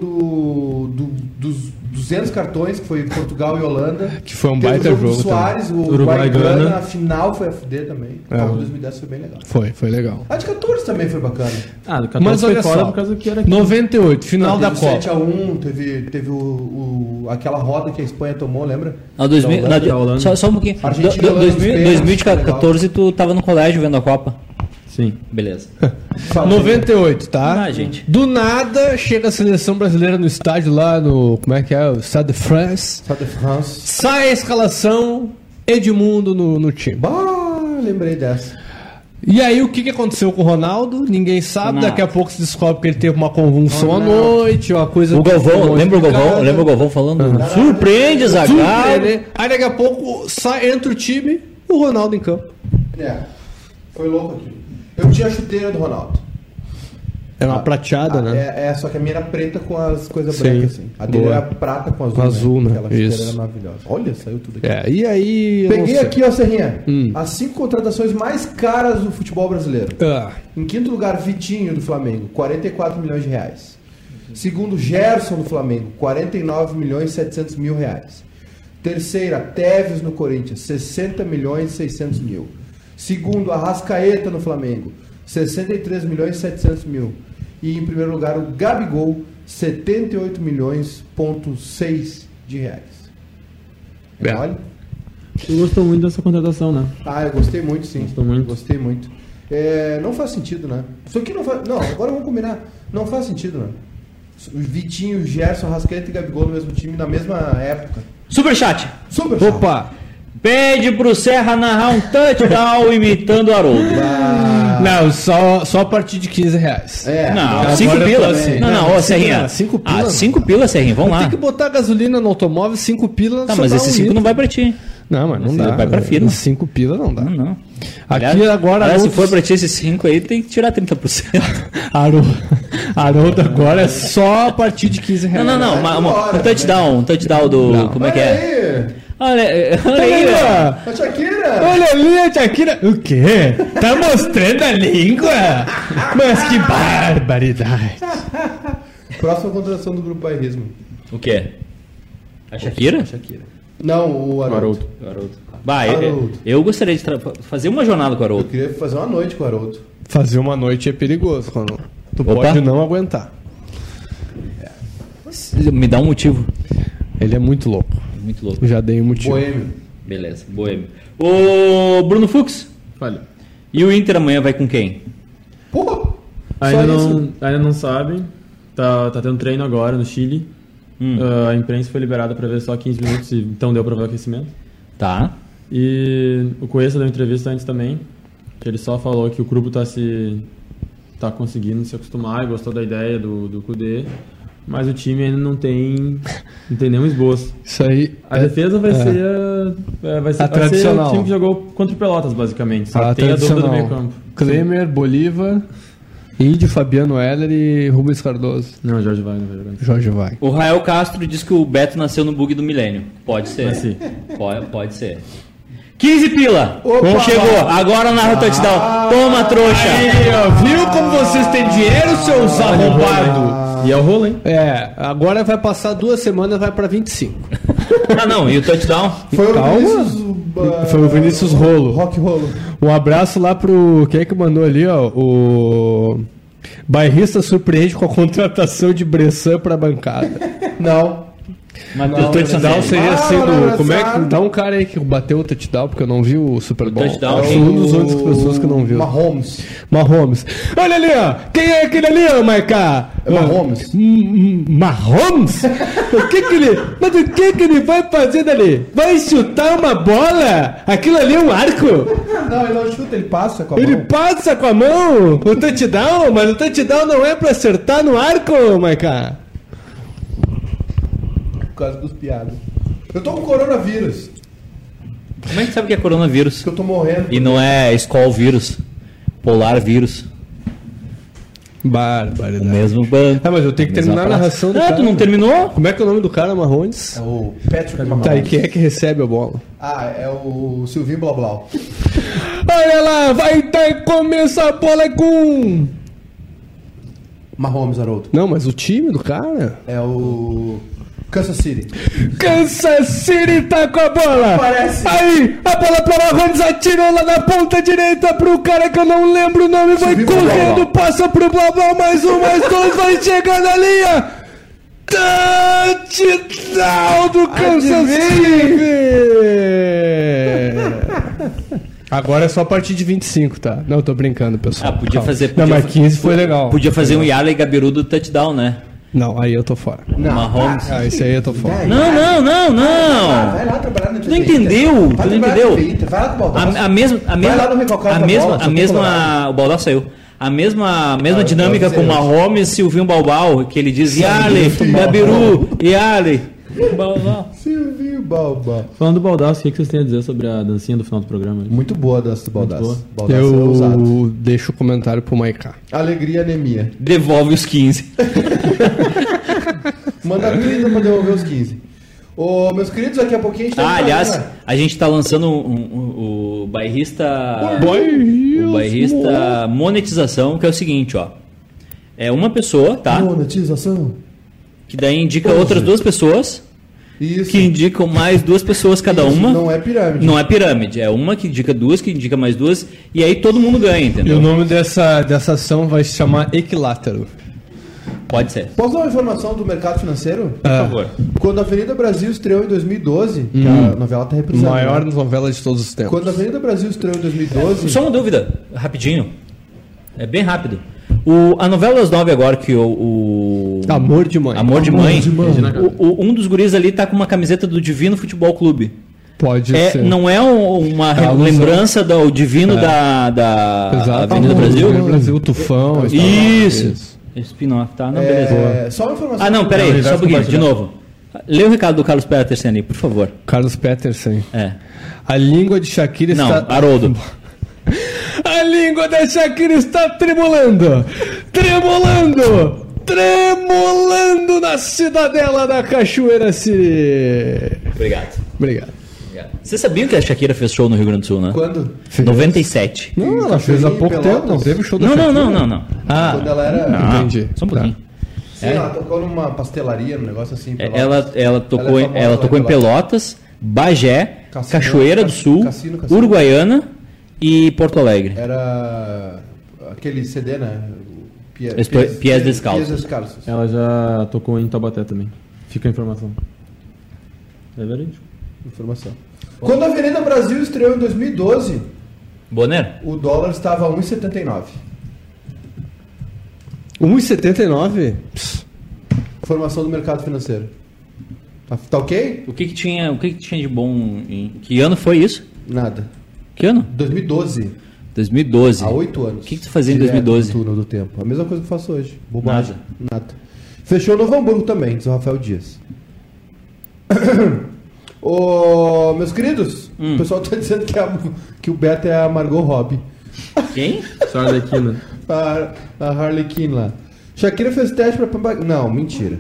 S1: dos 200 cartões, que foi Portugal e Holanda.
S4: Que foi um
S1: Teve
S4: baita
S1: o jogo
S4: jogo
S1: do Soares, o
S2: Uruguai
S1: Uruguai Gana.
S2: Gana.
S1: A final foi a FD também.
S4: É.
S1: A de 2010 foi bem legal.
S4: Foi legal.
S1: A de 14 também foi bacana.
S2: Ah, do 14
S4: Mas
S2: foi
S4: olha
S2: fora
S4: só,
S2: por causa que era aqui.
S4: 98, final da
S1: Teve
S4: Copa.
S1: 7-1, teve aquela roda que a Espanha tomou, lembra?
S3: Não, 2000,
S1: Da Holanda.
S2: Holanda.
S3: só um pouquinho.
S1: Argentina, Holanda,
S3: 2014 tu tava no colégio vendo a Copa.
S2: Sim.
S3: Beleza.
S4: 98, tá?
S3: Ah, gente.
S4: Do nada, chega a seleção brasileira no estádio lá no... Como é que é? O Stade de France.
S1: Stade de France.
S4: Sai a escalação, Edmundo no time.
S1: Bah, lembrei dessa.
S4: E aí, o que aconteceu com o Ronaldo? Ninguém sabe.
S3: Nada.
S4: Daqui a pouco se descobre que ele teve uma convulsão à
S1: Ronaldo.
S4: noite, uma coisa...
S3: O Galvão,
S4: mal
S3: lembra o Galvão?
S4: explicada.
S3: Lembra o Galvão falando? Surpreende, Zagal.
S4: Surpreende. Aí daqui a pouco entra o time, o Ronaldo em campo.
S1: É, foi louco aquilo. Eu tinha a chuteira do Ronaldo.
S4: Era uma prateada, né?
S1: Só que a minha era preta com as coisas
S4: Sim,
S1: brancas, assim. A dele
S4: boa.
S1: era prata com azul.
S4: Com azul, né?
S1: Aquela chuteira
S4: Isso.
S1: era maravilhosa. Olha, saiu tudo aqui.
S4: É, e aí... eu não
S1: Peguei
S4: sei.
S1: aqui, ó, Serrinha,
S4: Hum.
S1: as 5 contratações mais caras do futebol brasileiro.
S4: Ah,
S1: Em quinto lugar, Vitinho, do Flamengo, 44 milhões de reais. Segundo, Gerson, do Flamengo, 49 milhões e 700 mil reais. Terceira, Tevez, no Corinthians, 60 milhões e 600 mil. Segundo, Arrascaeta, no Flamengo, 63 milhões e 700 mil. E em primeiro lugar, o Gabigol, 78 milhões,6 de reais.
S4: É.
S1: Olha.
S2: Tu gostou muito dessa contratação, né?
S1: Ah, eu gostei muito, sim.
S2: Gostou muito?
S1: Gostei muito. É, não faz sentido, né? Isso aqui não faz... Não, agora vamos combinar. Não faz sentido, né? O Vitinho, Gerson, Arrascaeta e Gabigol no mesmo time, na mesma época.
S3: Superchat.
S1: Super chato.
S4: opa!
S3: Pede pro Serra narrar um touchdown imitando o Haroldo.
S1: Ah,
S4: Não, só a partir de 15 reais.
S1: é.
S3: Não,
S4: agora
S3: 5
S4: eu tô
S3: pila.
S4: assim.
S3: Não, ô Serrinha.
S4: 5 pila, não.
S3: 5 pila, Serrinha, vamos lá.
S4: Tem que botar gasolina no automóvel, 5 pila.
S3: Tá,
S4: só
S3: mas
S4: dá
S3: esse 5
S4: litro.
S3: não vai pra ti.
S4: Não, mas não
S3: Esse
S4: dá.
S3: vai pra firma.
S4: 5 pila não dá.
S3: Não.
S4: Aqui
S3: Aliás,
S4: agora.
S3: se
S4: Haroldo-
S3: for pra ti esses 5 aí, tem que tirar 30%.
S4: Haroldo agora é só a partir de 15 reais.
S3: Não.
S1: Agora,
S3: Um touchdown do.
S4: Não.
S3: Como é que
S1: Olha
S3: é?
S1: aí.
S3: Olha aí,
S4: Olha,
S1: A Shakira.
S4: olha ali a Shakira. O quê? Tá mostrando a língua? Mas que barbaridade.
S1: Próxima contratação do Grupo Bairrismo.
S3: O que? A Shakira?
S1: Shakira. Não, o Haroldo.
S2: Haroldo.
S3: Bah,
S1: Haroldo.
S3: eu gostaria de fazer uma jornada com o
S1: Eu
S3: Haroldo.
S1: queria fazer uma noite com o Haroldo.
S4: Fazer uma noite é perigoso, Ronaldo. Tu
S3: Opa.
S4: pode não aguentar.
S3: Me dá um motivo.
S4: Ele é muito louco.
S3: Muito louco.
S4: Já dei um motivo.
S1: Boêmio.
S3: Beleza, boêmio. Ô, Bruno Fux,
S2: Olha.
S3: e o Inter amanhã vai com quem?
S1: Porra!
S2: Ainda
S1: Só isso.
S2: ainda não sabe. Tá tendo treino agora no Chile. A imprensa foi liberada para ver só 15 minutos, então deu para ver o aquecimento.
S3: Tá.
S2: E o Cuesta deu entrevista antes também, que ele só falou que o grupo tá conseguindo se acostumar e gostou da ideia do Kudê, mas o time ainda não tem nenhum esboço.
S4: Isso aí.
S2: A defesa vai ser
S4: A tradicional.
S2: o time que jogou contra o Pelotas, basicamente. Só
S4: A
S2: tem a dúvida do
S4: tradicional.
S2: meio campo.
S4: Klemer, Bolívar, Índio, Fabiano Heller e Rubens Cardoso.
S2: Não, o Jorge vai, não vai jogar.
S4: Jorge vai.
S3: O Rael Castro diz que o Beto nasceu no bug do milênio. Pode ser.
S2: Vai ser.
S3: Pode ser. 15 pila.
S1: Opa!
S3: Chegou. Agora narra o touchdown. Toma, trouxa.
S4: Aí, ó, viu como vocês têm dinheiro, seus arrombados?
S2: E é o rolo, hein?
S4: É, agora vai passar 2 semanas, vai pra 25.
S3: Não. E o touchdown?
S1: Foi
S4: Calma.
S1: o Vinícius...
S4: Foi o Vinícius Rolo.
S1: Rock Rolo.
S4: Um abraço lá pro... Quem é que mandou ali, ó? O... Bairrista surpreende com a contratação de Bressan pra bancada.
S1: Não.
S3: Matheus
S4: O touchdown seria
S1: Ah,
S4: sido...
S1: não,
S4: Como é que...
S1: não.
S4: Dá um cara aí que bateu o touchdown, porque eu não vi o Super Bowl.
S3: touchdown,
S4: Eu sou
S3: quem?
S4: um dos únicos pessoas que não viu.
S1: Mahomes.
S4: Mahomes. Olha ali, ó. Quem é aquele ali, ó, Maiká?
S1: É Mahomes.
S4: Mahomes? Mas o que ele vai fazer dali? Vai chutar uma bola? Aquilo ali é um arco?
S1: Não, ele não chuta, ele passa com a
S4: Ele
S1: mão.
S4: passa com a mão o touchdown, mas o touchdown não é pra acertar no arco, Maiká.
S1: Por causa dos piadas. Eu tô com coronavírus.
S3: Como é que sabe que é coronavírus?
S1: Que eu tô morrendo.
S3: E não é Skol vírus, Polar vírus.
S4: Barbaridade.
S3: O mesmo banco.
S4: Ah, mas eu tenho que terminar a narração do cara.
S3: tu não terminou?
S4: Como é que é o nome do cara, Marrones?
S1: É o Patrick Mahomes.
S4: Tá, e quem é que recebe a bola?
S1: Ah, é o Silvinho Blau Blau.
S4: Olha lá, vai dar começo a bola com...
S1: Mahomes, Haroldo.
S4: Não, mas o time do cara...
S1: É o Kansas City.
S4: Kansas City tá com a bola.
S1: Parece.
S4: Aí, a bola pra Marrones, atirou lá na ponta direita pro cara que eu não lembro o nome, vai
S1: Subiu
S4: correndo,
S1: Blá, Blá.
S4: passa pro Blá Blá, mais um, mais dois, vai chegar na linha. Touchdown do Kansas City. Agora é só a partir de 25, tá? Não, eu tô brincando, pessoal.
S3: Ah, podia fazer...
S4: Não, mas 15 foi legal.
S3: Podia fazer um Yarley Gabiru do touchdown, né?
S4: Não, aí eu tô fora.
S3: Mahomes.
S4: Ah, isso aí eu tô fora.
S3: Não.
S1: Vai lá trabalhar no
S3: Tu não entendeu?
S1: Vai
S3: Tu não
S1: trabalhar
S3: entendeu?
S1: no Twitter, vai lá do Baldassi.
S3: Vai
S1: lá no Recalcado da Bola, só tem colorado.
S3: o Baldassi saiu. A mesma dinâmica
S1: eu
S3: com o
S1: sei.
S3: Mahomes e Silvinho Balbal, que ele diz Yarley, Gabiru, Yarley. Balbal.
S1: Silvinho Balbal.
S2: Falando do Baldassi, o que vocês têm a dizer sobre a dancinha do final do programa?
S1: Muito boa a dança do Baldassi.
S2: boa.
S1: Baldassi é ousado.
S4: Eu deixo o comentário pro Maiká.
S1: Alegria e anemia.
S3: Devolve os 15.
S1: Manda 30 pra devolver os 15. Ô, meus queridos, daqui a pouquinho a gente tá
S3: Aliás, a gente tá lançando o bairrista monetização, que é o seguinte, ó. É uma pessoa, tá?
S1: monetização.
S3: Que daí indica outras duas pessoas,
S1: Isso.
S3: que indicam mais duas pessoas cada
S1: Isso,
S3: uma.
S1: Não é pirâmide.
S3: Não é pirâmide, é uma que indica duas, que indica mais duas, e aí todo mundo ganha,
S4: E
S3: entendeu?
S4: o nome dessa ação vai se chamar Equilátero.
S3: Pode ser.
S1: Posso dar uma informação do mercado financeiro?
S3: Por favor.
S1: Quando a Avenida Brasil estreou em 2012, que a novela tá reprisando.
S4: Maior
S1: né?
S4: novela de todos os tempos.
S1: Quando a Avenida Brasil estreou em 2012...
S3: Só uma dúvida, rapidinho. É bem rápido. A novela das 9 agora, que o
S4: Amor de Mãe.
S3: Amor de Mãe,
S2: Regina Casé.
S3: um dos guris ali tá com uma camiseta do Divino Futebol Clube.
S4: Pode ser.
S3: Não é uma
S4: alusão.
S3: lembrança do Divino da
S4: Exato.
S3: Avenida Brasil?
S4: Avenida Brasil, Tufão.
S3: Isso. Spin-off, tá? Não, beleza.
S1: Só uma informação.
S3: Não, peraí,
S4: universo
S3: só um pouquinho, de
S4: compartilhado.
S3: novo. Lê o recado do Carlos Peterson ali, por favor.
S4: Carlos Peterson.
S3: É.
S4: A língua de Shakira
S3: Não,
S4: está...
S3: Haroldo.
S4: A língua da Shakira está tremulando. Tremulando na cidadela da Cachoeira City.
S3: Obrigado.
S4: Obrigado.
S3: Você sabia que a Shakira fez show no Rio Grande do Sul, né?
S1: Quando?
S3: 97.
S4: Não, ela fez há pouco
S1: Pelotas?
S4: tempo, não teve show da
S3: Não.
S4: Shakira.
S1: Quando ela era...
S4: Entendi.
S3: Só um pouquinho.
S1: Sim, ela tocou numa pastelaria, num negócio assim.
S3: Ela tocou,
S1: Ela é famosa
S3: ela
S1: lá
S3: tocou
S1: em
S3: em Pelotas, Bagé,
S1: Cassino,
S3: Cachoeira do Sul,
S1: Cassino.
S3: Uruguaiana e Porto Alegre.
S1: Era aquele CD, né?
S3: Pies Descalços.
S1: Pies Descalços.
S2: Ela já tocou em Taubaté também. Fica a informação. É verdade.
S1: Informação. Quando a Avenida Brasil estreou em 2012,
S3: Bonner?
S1: o dólar estava a 1,79.
S4: 1,79?
S1: Informação do mercado financeiro. Tá ok?
S3: O que tinha de bom que ano foi isso?
S1: Nada.
S3: Que ano?
S1: 2012.
S3: 2012.
S1: Há 8 anos.
S3: O que tu fazia em
S1: Direto
S3: 2012?
S1: no túnel do tempo. A mesma coisa que eu faço hoje. Bobagem. Nada. Fechou Novo Hamburgo também, diz o Rafael Dias. Ô, meus queridos, o pessoal tá dizendo que o Beto é a Margot Robbie.
S3: Quem?
S2: Senhora da Quina.
S1: A Harley Quinn lá. Shakira fez teste pra Pamba... Não, mentira.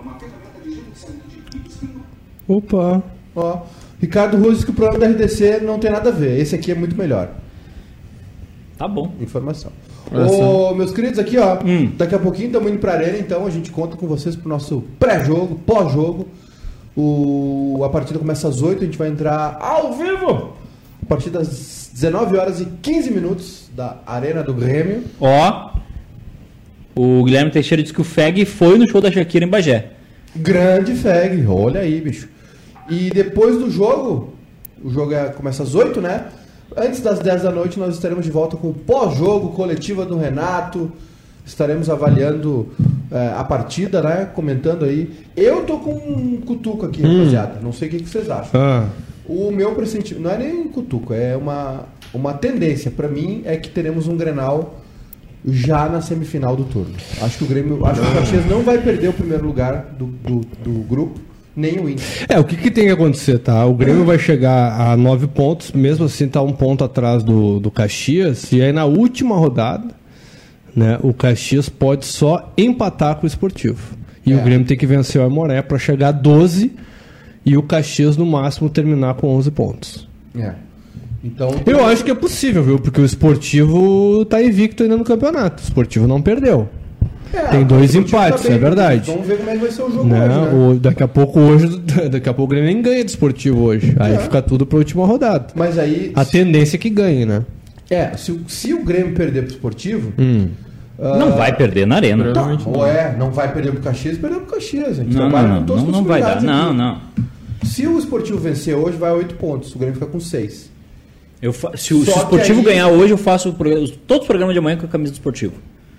S4: Opa.
S1: Ó, Ricardo Russo diz que o programa da RDC não tem nada a ver. Esse aqui é muito melhor.
S3: Tá bom.
S1: Informação.
S2: Olha
S1: Ô, meus queridos, aqui ó, daqui a pouquinho estamos indo pra arena, então a gente conta com vocês pro nosso pré-jogo, pós-jogo. A partida começa às 8, a gente vai entrar ao vivo a partir das 19 horas e 15 minutos da Arena do Grêmio.
S3: Ó, o Guilherme Teixeira disse que o Feg foi no show da Shakira em Bagé.
S1: Grande Feg, olha aí, bicho. E depois do jogo, o jogo começa às 8, né? Antes das 10 da noite nós estaremos de volta com o pós-jogo, coletiva do Renato. Estaremos avaliando a partida, né? Comentando aí. Eu tô com um cutuco aqui, rapaziada. Não sei o que vocês acham. O meu pressentimento, não é nem um cutuco, é uma tendência. Pra mim é que teremos um Grenal já na semifinal do turno. Acho que o Caxias não vai perder o primeiro lugar do grupo, nem o Inter.
S4: O que tem que acontecer, tá? O Grêmio vai chegar a 9 pontos, mesmo assim tá um ponto atrás do Caxias, e aí na última rodada, né, o Caxias pode só empatar com o Esportivo. E o Grêmio tem que vencer o Aimoré para chegar a 12 e o Caxias, no máximo, terminar com 11 pontos.
S1: Então,
S4: eu acho que é possível, viu? Porque o Esportivo tá invicto ainda no campeonato. O Esportivo não perdeu. Tem 2 empates, é verdade.
S1: Vamos ver como é que vai ser o jogo
S4: hoje, né? Daqui a pouco o Grêmio nem ganha do Esportivo hoje. Aí fica tudo pra última rodada.
S1: Mas aí...
S4: A tendência é que ganhe, né?
S1: Se o Grêmio perder pro Esportivo...
S3: Não vai perder na Arena.
S1: Não vai perder pro Caxias, perdeu pro Caxias.
S3: Não vai dar. Não.
S1: Se o Esportivo vencer hoje, vai a 8 pontos. O Grêmio fica com 6.
S3: Se o Esportivo ganhar hoje, eu faço todos os programas de amanhã com a camisa do Esportivo.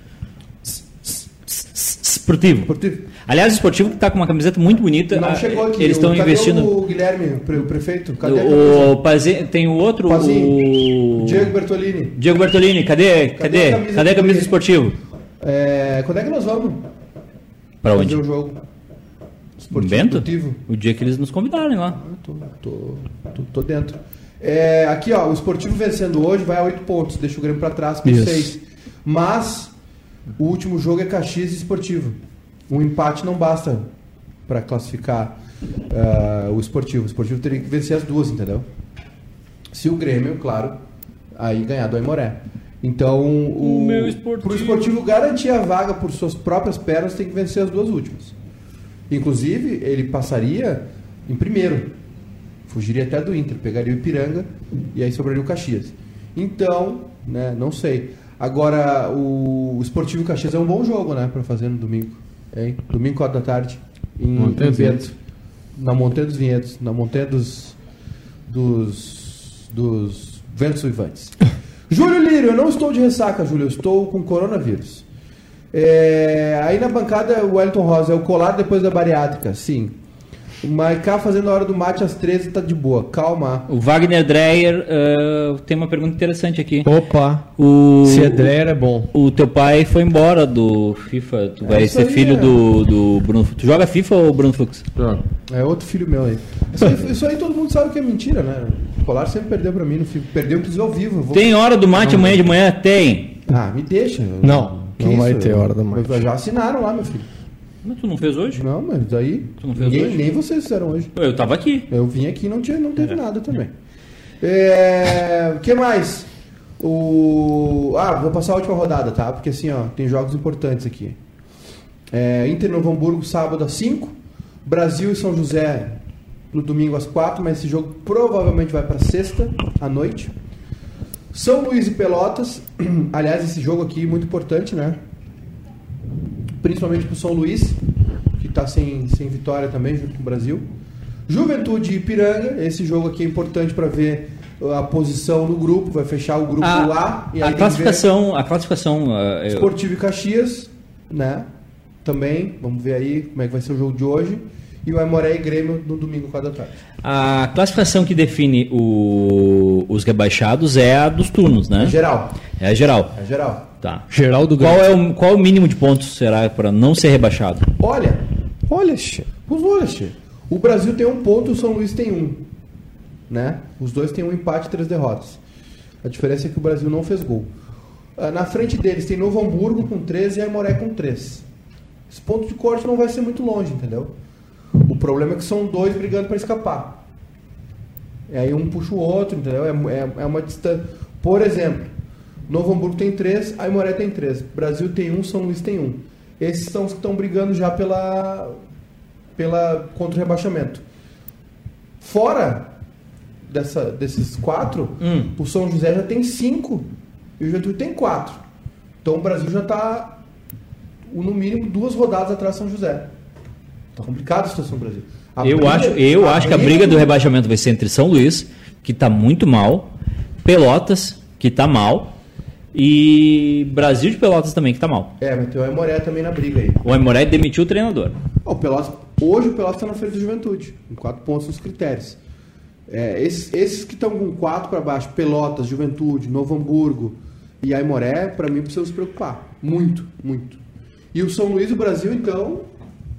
S3: Esportivo. Aliás, o Esportivo que está com uma camiseta muito bonita.
S1: Não chegou aqui.
S3: Eles estão investindo.
S1: O Guilherme, o prefeito? Cadê
S3: tem o outro.
S1: O Diego Bertolini.
S3: Cadê a camisa do Esportivo?
S1: Quando é que nós vamos?
S3: Para onde?
S1: Fazer o jogo.
S3: Esportivo. O dia que eles nos convidarem lá.
S1: Tô dentro. Aqui, ó, o Esportivo vencendo hoje vai a 8 pontos. Deixa o Grêmio para trás com 6. Mas o último jogo é Caxias e Esportivo. Um empate não basta para classificar o Esportivo. O Esportivo teria que vencer as duas, entendeu? Se o Grêmio, claro, aí ganhar do Aimoré. Então, pro Esportivo garantir a vaga por suas próprias pernas, tem que vencer as duas últimas. Inclusive, ele passaria em primeiro. Fugiria até do Inter, pegaria o Ipiranga e aí sobraria o Caxias. Então, né, não sei. Agora, o Esportivo Caxias é um bom jogo, né, para fazer no domingo. Domingo, 4 da tarde, em Vinhedos. Na Montanha dos Vinhedos, na Montanha dos Ventos Uivantes. Júlio Lírio, eu não estou de ressaca, Júlio, eu estou com coronavírus. Aí na bancada, o Wellington Rosa, é o colado depois da bariátrica, sim. O Maiká fazendo a hora do mate às 13 tá de boa, calma.
S3: O Wagner Dreyer tem uma pergunta interessante aqui.
S4: Opa, se é Dreyer é bom.
S3: O teu pai foi embora do FIFA, tu vai ser filho do Bruno Fux. Tu joga FIFA ou Bruno Fux?
S1: É outro filho meu aí. Isso aí todo mundo sabe que é mentira, né? O Colar sempre perdeu pra mim no FIFA. Perdeu inclusive ao vivo.
S3: Tem hora do mate amanhã de manhã? Tem.
S1: Me deixa.
S4: Não vai ter hora do mate.
S1: Já assinaram lá, meu filho.
S3: Mas tu não fez hoje?
S1: Não, mas daí
S3: tu não fez hoje?
S1: Nem vocês fizeram hoje.
S3: Eu tava aqui.
S1: Eu vim aqui e não teve nada também. O que mais? Vou passar a última rodada, tá? Porque assim, ó, tem jogos importantes aqui. Inter e Novo Hamburgo, sábado às 5. Brasil e São José no domingo às 4, mas esse jogo provavelmente vai para sexta à noite. São Luís e Pelotas. Aliás, esse jogo aqui é muito importante, né? Principalmente para o São Luís, que está sem vitória também, junto com o Brasil. Juventude e Ipiranga, esse jogo aqui é importante para ver a posição no grupo, vai fechar o grupo lá. E aí
S3: a classificação.
S1: Esportivo e Caxias, né? Também, vamos ver aí como é que vai ser o jogo de hoje. E o Aimoré e Grêmio no domingo, 4 da tarde.
S3: A classificação que define os rebaixados é a dos turnos, né?
S1: É a geral.
S3: Tá.
S4: Geral do Grêmio.
S3: Qual é o mínimo de pontos será para não ser rebaixado?
S1: Olha, o Brasil tem 1 ponto e o São Luís tem 1. Né? Os dois têm 1 empate e 3 derrotas. A diferença é que o Brasil não fez gol. Na frente deles tem Novo Hamburgo com 3 e Aimoré com 3. Esse ponto de corte não vai ser muito longe, entendeu? O problema é que são 2 brigando para escapar. E aí um puxa o outro, entendeu? É uma distância. Por exemplo, Novo Hamburgo tem 3, Aimoré tem 3. Brasil tem 1, São Luís tem 1. Esses são os que estão brigando já contra o rebaixamento. Fora desses 4, o São José já tem 5 e o Juventude tem 4. Então o Brasil já está, no mínimo, 2 rodadas atrás do São José. Está complicada a situação do Brasil.
S3: Eu acho que a briga do rebaixamento vai ser entre São Luís, que está muito mal, Pelotas, que está mal, e Brasil de Pelotas também, que está mal.
S1: Mas tem o Aimoré também na briga aí.
S3: O Aimoré demitiu o treinador.
S1: Hoje o Pelotas está na frente do Juventude, com 4 pontos nos critérios. Esses que estão com 4 para baixo, Pelotas, Juventude, Novo Hamburgo e Aimoré, para mim precisam se preocupar. Muito, muito. E o São Luís e o Brasil, então,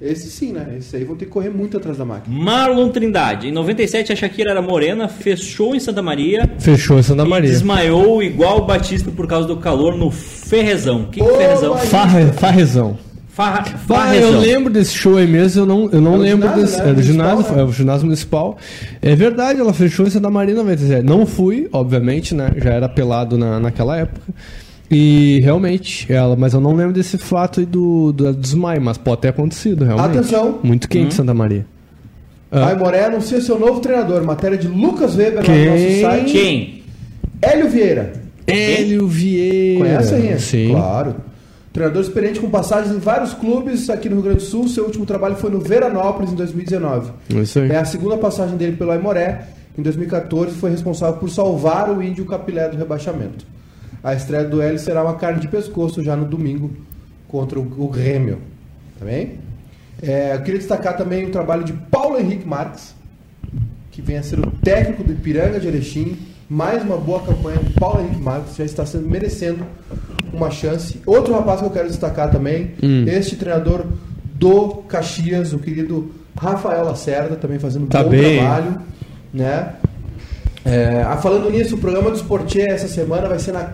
S1: Esse sim, né? Esse aí vão ter que correr muito atrás da máquina.
S3: Marlon Trindade. Em 97 a Shakira era morena, fechou em Santa Maria.
S4: Fechou em Santa Maria.
S3: Desmaiou igual o Batista por causa do calor no Ferrezão. Que
S1: Ô,
S3: Ferrezão?
S4: Farrezão.
S3: Farrezão.
S4: Eu lembro desse show aí mesmo, eu não lembro
S1: ginásio,
S4: desse.
S1: né?
S4: Era o ginásio,
S1: Municipal, né?
S4: é o ginásio municipal. É verdade, ela fechou em Santa Maria em 97. Não fui, obviamente, né? Já era pelado naquela época. E realmente, mas eu não lembro desse fato aí do desmaio, mas pode ter acontecido, realmente.
S1: Atenção.
S4: Muito quente Santa Maria.
S1: Aimoré anuncia seu novo treinador. Matéria de Lucas Weber
S4: Quem?
S1: no nosso site.
S3: Quem?
S1: Hélio Vieira.
S4: Hélio Vieira.
S1: Conhece aí?
S4: Sim.
S1: Claro. Treinador experiente com passagens em vários clubes aqui no Rio Grande do Sul. Seu último trabalho foi no Veranópolis em 2019.
S4: Isso aí.
S1: É a segunda passagem dele pelo Aimoré. Em 2014 foi responsável por salvar o Índio Capilé do rebaixamento. A estreia do Hélio será uma carne de pescoço já no domingo contra o Grêmio. Tá bem? Eu queria destacar também o trabalho de Paulo Henrique Marques, que vem a ser o técnico do Ipiranga de Erechim. Mais uma boa campanha de Paulo Henrique Marques, já está merecendo uma chance. Outro rapaz que eu quero destacar também, este treinador do Caxias, o querido Rafael Lacerda, também fazendo
S4: Tá
S1: bom
S4: bem.
S1: trabalho, né? Falando nisso, o programa do Sportier essa semana vai ser na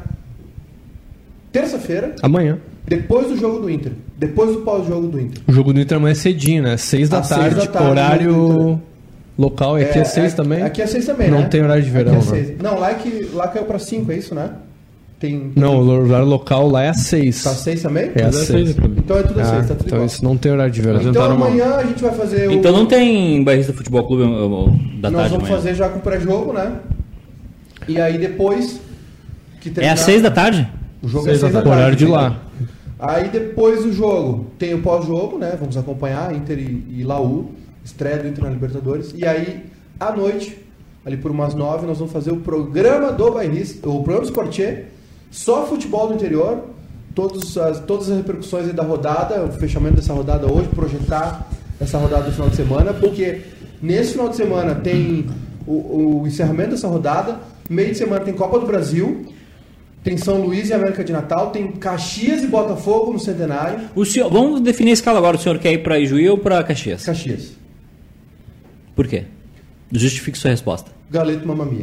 S1: terça-feira,
S4: Amanhã.
S1: depois do jogo do Inter, depois do pós-jogo do Inter.
S4: O jogo do Inter amanhã é cedinho, né? 6 da
S1: Às 6
S4: tarde,
S1: da tarde,
S4: horário
S1: o jogo do Inter.
S4: local. E aqui é 6 também?
S1: Aqui é 6 também,
S4: Não
S1: né?
S4: tem horário de verão,
S1: Aqui é
S4: né?
S1: 6. Não, lá caiu pra 5, é isso, né? Tem...
S4: Não, o horário local lá é às 6.
S1: Tá 6 também?
S4: É às
S2: Mas é
S4: 6.
S2: seis pra mim.
S1: Então é tudo às 6, tá tudo
S4: Então
S1: igual.
S4: isso não tem horário de verão.
S2: Mas
S1: Então
S2: Tentaram
S1: amanhã a gente vai fazer
S3: Então não tem Bairrista Futebol Clube da
S1: Nós
S3: tarde
S1: vamos
S3: amanhã.
S1: fazer já com pré-jogo, né? E aí depois que
S3: É
S1: terminar...
S3: às 6 da tarde?
S1: O jogo
S2: 6
S1: é 6
S2: da
S1: da tarde.
S4: Horário de lá.
S1: Aí depois do jogo tem o pós-jogo, né? Vamos acompanhar Inter e Laú, estreia do Inter na Libertadores. E aí, à noite, ali por umas 9, nós vamos fazer o programa do Bairrista, o programa do Sportier, só futebol do interior, todas as repercussões aí da rodada, o fechamento dessa rodada hoje, projetar essa rodada do final de semana, porque nesse final de semana tem o encerramento dessa rodada, meio de semana tem Copa do Brasil, tem São Luís e América de Natal, tem Caxias e Botafogo no Centenário.
S3: Vamos definir a escala agora. O senhor quer ir para Ijuí ou para Caxias?
S1: Caxias.
S3: Por quê? Justifique sua resposta.
S1: Galeto Mamamia.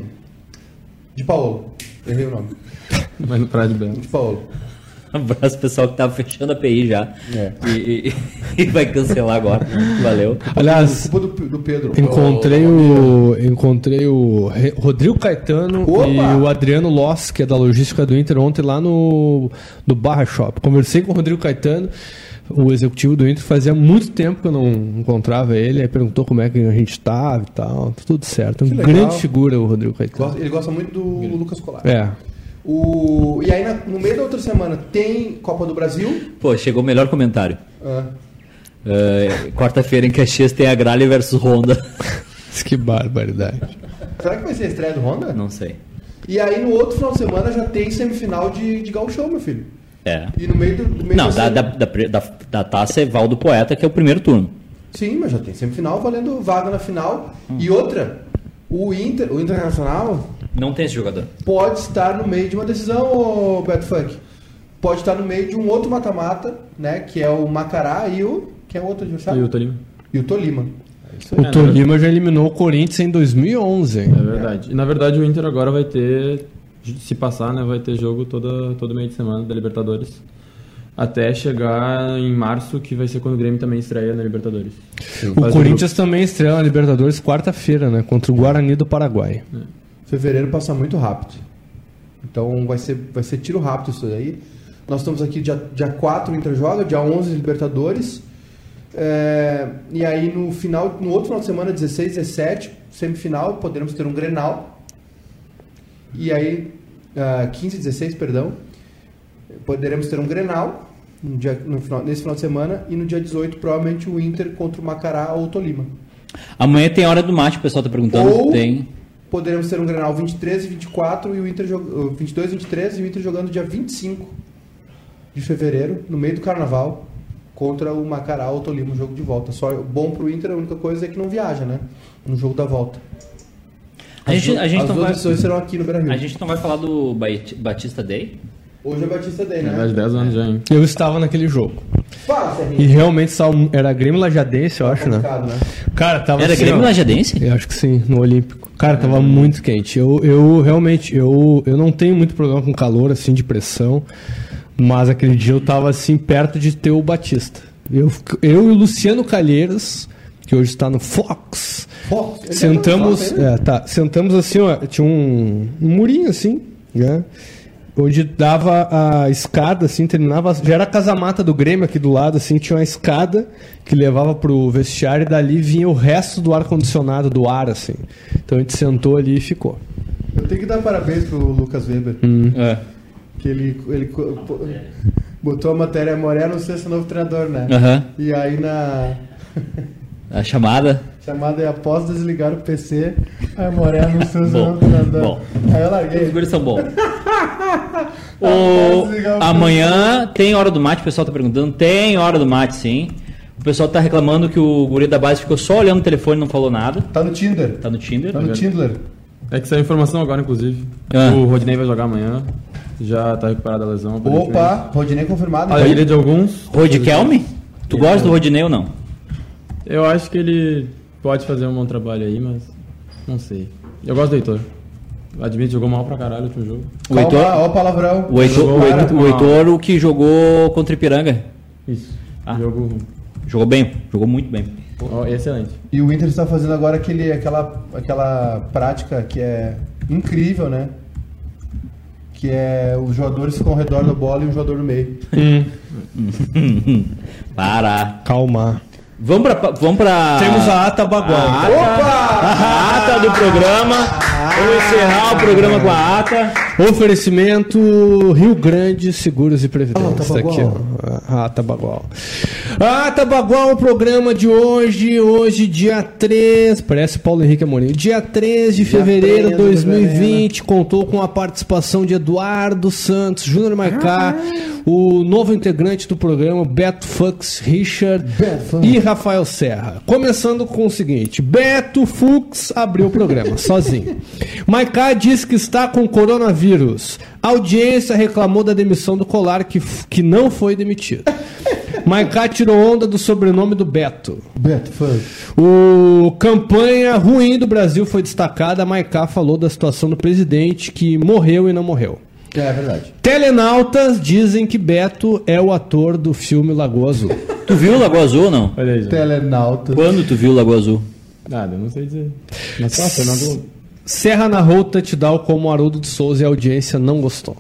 S1: De Paulo. Errei o nome.
S2: Mas no Praia de Belo.
S1: De Paulo.
S3: Abraço pessoal que tava fechando a API já.
S1: É.
S3: E vai cancelar agora. Valeu.
S4: Aliás,
S1: Culpa do Pedro.
S4: encontrei o Rodrigo Caetano
S1: Opa!
S4: e o Adriano Loss, que é da logística do Inter, ontem lá no Barra Shop. Conversei com o Rodrigo Caetano, o executivo do Inter, fazia muito tempo que eu não encontrava ele, aí perguntou como é que a gente estava e tal, tudo certo.
S1: Que
S4: Uma
S1: legal.
S4: grande figura o Rodrigo Caetano.
S1: Ele gosta muito do Lucas Colar.
S4: É.
S1: E aí no meio da outra semana tem Copa do Brasil.
S3: Pô, chegou o melhor comentário.
S1: Ah,
S3: Quarta-feira em Caxias tem a Gralha versus Honda.
S4: Que barbaridade.
S1: será que vai ser a estreia do Honda?
S3: Não sei.
S1: E aí no outro final de semana já tem semifinal de Gauchão, meu filho.
S3: É.
S1: E no meio do meio
S3: Não,
S1: da
S3: da taça é Valdo Poeta, que é o primeiro turno.
S1: Sim, mas já tem semifinal valendo vaga na final. E outra, o Internacional
S3: Não tem esse jogador.
S1: pode estar no meio de uma decisão, ô Beto Funk. Pode estar no meio de um outro mata-mata, né? Que é o Macará e o... Quem é o outro adversário?
S2: E o Tolima.
S1: E o Tolima.
S4: O Tolima já eliminou o Corinthians em 2011.
S2: É verdade. E na verdade o Inter agora vai ter, se passar, né, vai ter jogo todo meio de semana da Libertadores. Até chegar em março, que vai ser quando o Grêmio também estreia na Libertadores.
S4: O Corinthians também estreia na Libertadores quarta-feira, né? Contra o Guarani do Paraguai.
S1: Fevereiro passa muito rápido. Então vai ser tiro rápido isso daí. Nós estamos aqui dia 4 o Inter joga, dia 11 Libertadores. E aí no outro final de semana, 16, 17, semifinal, poderemos ter um Grenal. E aí, 15, 16, perdão, poderemos ter um Grenal nesse final de semana. E no dia 18, provavelmente o Inter contra o Macará ou o Tolima.
S3: Amanhã tem hora do mate, o pessoal tá perguntando.
S1: Ou
S3: Tem.
S1: poderemos ter um Grenal 23 e 24 e o Inter 22 e 23 e o Inter jogando dia 25 de fevereiro, no meio do Carnaval, contra o Macará ou o Tolima, um jogo de volta. Só bom pro Inter, a única coisa é que não viaja, né? No jogo da volta.
S3: A gente
S1: As
S3: não
S1: duas
S3: vai,
S1: decisões serão aqui no Beira-Rio.
S3: a gente não vai falar do Batista Day?
S1: Hoje é Batista Day,
S2: Na
S1: né?
S2: verdade, 10 anos já, hein?
S4: Eu estava naquele jogo.
S1: Fala, Serrinho.
S4: E realmente era Grêmio Lajadense, eu acho, né?
S1: Complicado, né?
S4: Cara, tava
S3: Era
S4: assim,
S3: Grêmio
S4: ó.
S3: Lajadense?
S4: Eu acho que sim, no Olímpico. Cara, tava muito quente. Eu realmente, eu não tenho muito problema com calor, assim, de pressão. Mas aquele dia eu tava, assim, perto de ter o Batista. Eu e o Luciano Calheiros, que hoje está no Fox,
S1: Fox, ele
S4: sentamos,
S1: é no Fox,
S4: sentamos assim, ó, tinha um murinho assim, né? Onde dava a escada, assim, terminava, já era a casa-mata do Grêmio aqui do lado, assim, tinha uma escada que levava pro vestiário e dali vinha o resto do ar-condicionado, do ar, assim. Então a gente sentou ali e ficou.
S1: Eu tenho que dar parabéns pro Lucas Weber.
S3: É.
S1: Que ele botou a matéria Moré no ser novo treinador, né?
S3: Aham.
S1: E aí na
S3: A chamada.
S1: chamada é após desligar o PC, a Moré no ser
S3: Bom,
S1: novo treinador.
S3: bom.
S1: Aí eu
S3: Os
S1: larguei.
S3: guris são bons.
S1: Após desligar o
S3: Amanhã tem hora do mate, o pessoal tá perguntando. Tem hora do mate, sim. O pessoal tá reclamando que o guri da base ficou só olhando o telefone e não falou nada.
S1: Tá no Tinder.
S3: Tá no Tinder.
S1: Tá no Tinder.
S2: É que saiu informação agora, inclusive.
S3: Ah.
S2: O Rodinei vai jogar amanhã. Já tá recuperado a lesão. aparentemente.
S1: Opa, Rodinei confirmado.
S2: A ilha de alguns.
S3: Rod Kelme? Tu gosta do Rodinei ou não?
S2: Eu acho que ele pode fazer um bom trabalho aí, mas não sei. Eu gosto do Heitor. Admito, jogou mal pra caralho no último jogo.
S3: O Heitor,
S1: Ó o palavrão.
S3: o Heitor,
S2: jogou
S3: o Heitor,
S2: cara com
S3: o Heitor, o que jogou contra o Ipiranga.
S2: Isso.
S3: Ah.
S2: Jogo
S3: Jogou bem, jogou muito bem.
S2: excelente.
S1: E o Inter está fazendo agora aquela prática que é incrível, né? Que é os jogadores ficam ao redor da bola e o jogador no meio.
S3: Para.
S4: Calma.
S3: Vamos pra...
S4: Temos a ata bagual.
S3: A ata do programa. Vamos encerrar o programa com a ata.
S4: Oferecimento Rio Grande Seguros e Previdência.
S1: Ata
S4: Tá aqui,
S1: Bagual.
S4: ó. A Ata Bagual. A Ata Bagual, o programa de hoje, dia 3. Parece Paulo Henrique Amorim. Dia 3 de fevereiro de 2020. Contou com a participação de Eduardo Santos, Júnior Maicá, o novo integrante do programa, Beto Fux, Richard e Rafael Serra. Começando com o seguinte: Beto Fux abriu o programa sozinho. Maicá diz que está com coronavírus. A audiência reclamou da demissão do Colar, que não foi demitido. Maicá tirou onda do sobrenome do Beto.
S1: Beto, fã.
S4: O campanha ruim do Brasil foi destacada. Maicá falou da situação do presidente, que morreu e não morreu.
S1: É verdade.
S4: Telenautas dizem que Beto é o ator do filme Lagoa Azul.
S3: Tu viu o Lagoa Azul ou não?
S2: Olha aí, gente.
S1: Telenauta.
S3: Quando tu viu o Lagoa Azul?
S2: Nada, eu não sei dizer. Mas tá, foi na Globo.
S4: Serra narrou o touchdown como Haroldo de Souza e a audiência não gostou.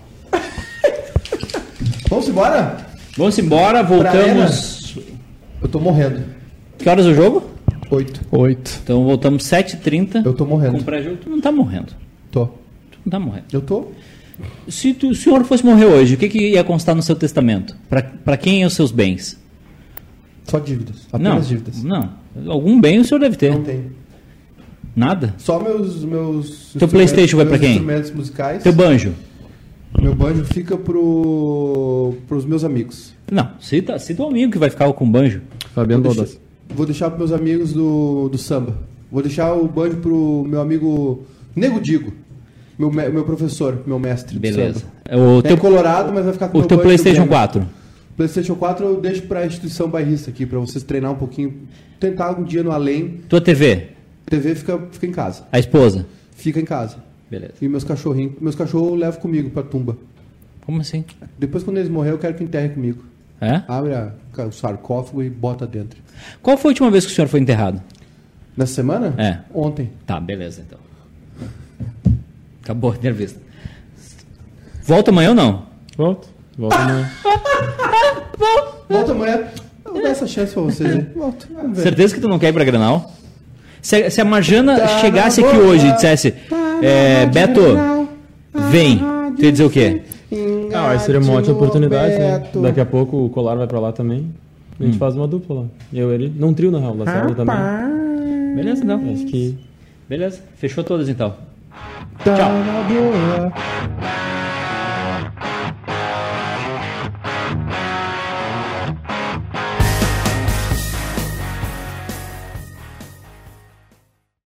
S1: Vamos embora?
S3: Vamos embora, voltamos.
S1: Eu tô morrendo.
S3: Que horas é o jogo?
S1: 8.
S4: 8.
S3: Então voltamos 7h30.
S1: Eu tô morrendo.
S3: Com pré-jogo, tu não tá morrendo.
S1: Tô.
S3: Tu não tá morrendo.
S1: Eu tô?
S3: Se o senhor fosse morrer hoje, o que ia constar no seu testamento? Pra quem é os seus bens?
S1: Só dívidas.
S3: Não,
S1: Apenas dívidas.
S3: não. Algum bem o senhor deve ter.
S1: Não tenho.
S3: Nada?
S1: Só meus
S3: Teu PlayStation vai pra quem?
S1: Instrumentos musicais.
S3: Teu banjo?
S1: Meu banjo fica pros meus amigos.
S3: Não, cita o amigo que vai ficar com o banjo.
S2: Fabiano
S1: Vou
S2: Baldasso.
S1: Vou deixar pros meus amigos do samba. Vou deixar o banjo pro meu amigo Nego Digo. Meu professor, meu mestre. do
S3: Beleza.
S1: samba.
S3: O
S1: É
S3: teu,
S1: colorado, mas vai ficar com
S3: o
S1: meu
S3: teu
S1: banjo do
S3: PlayStation
S1: Grêmio.
S3: 4?
S1: PlayStation 4 eu deixo pra instituição bairrista aqui, pra vocês treinar um pouquinho. Tentar um dia no além.
S3: Tua TV?
S1: TV fica em casa.
S3: A esposa?
S1: Fica em casa.
S3: Beleza.
S1: E meus cachorros eu levo comigo pra tumba.
S3: Como assim?
S1: Depois, quando eles morrerem, eu quero que enterrem comigo.
S3: É?
S1: Abre o sarcófago e bota dentro.
S3: Qual foi a última vez que o senhor foi enterrado?
S1: Nessa semana?
S3: É.
S1: Ontem.
S3: Tá, beleza então. Acabou a entrevista. Volta amanhã ou não?
S2: Volta amanhã.
S1: Volta amanhã. Eu vou dar essa chance pra vocês aí. Volto. Vamos ver.
S3: Certeza que tu não quer ir pra Grenal? Se a Marjana
S1: Tá
S3: chegasse
S1: na
S3: aqui
S1: boca,
S3: hoje e dissesse Beto, vem, tu ia dizer o quê?
S2: Ah, mas seria uma ótima oportunidade, né?
S1: Beto.
S2: Daqui a pouco o Colar vai pra lá também. A gente faz uma dupla lá. Eu e ele. Não, um trio na real, Lacerda também.
S3: Beleza, então.
S2: Acho que
S3: Beleza, fechou todas então.
S1: Tá
S3: Tchau.
S1: na boa.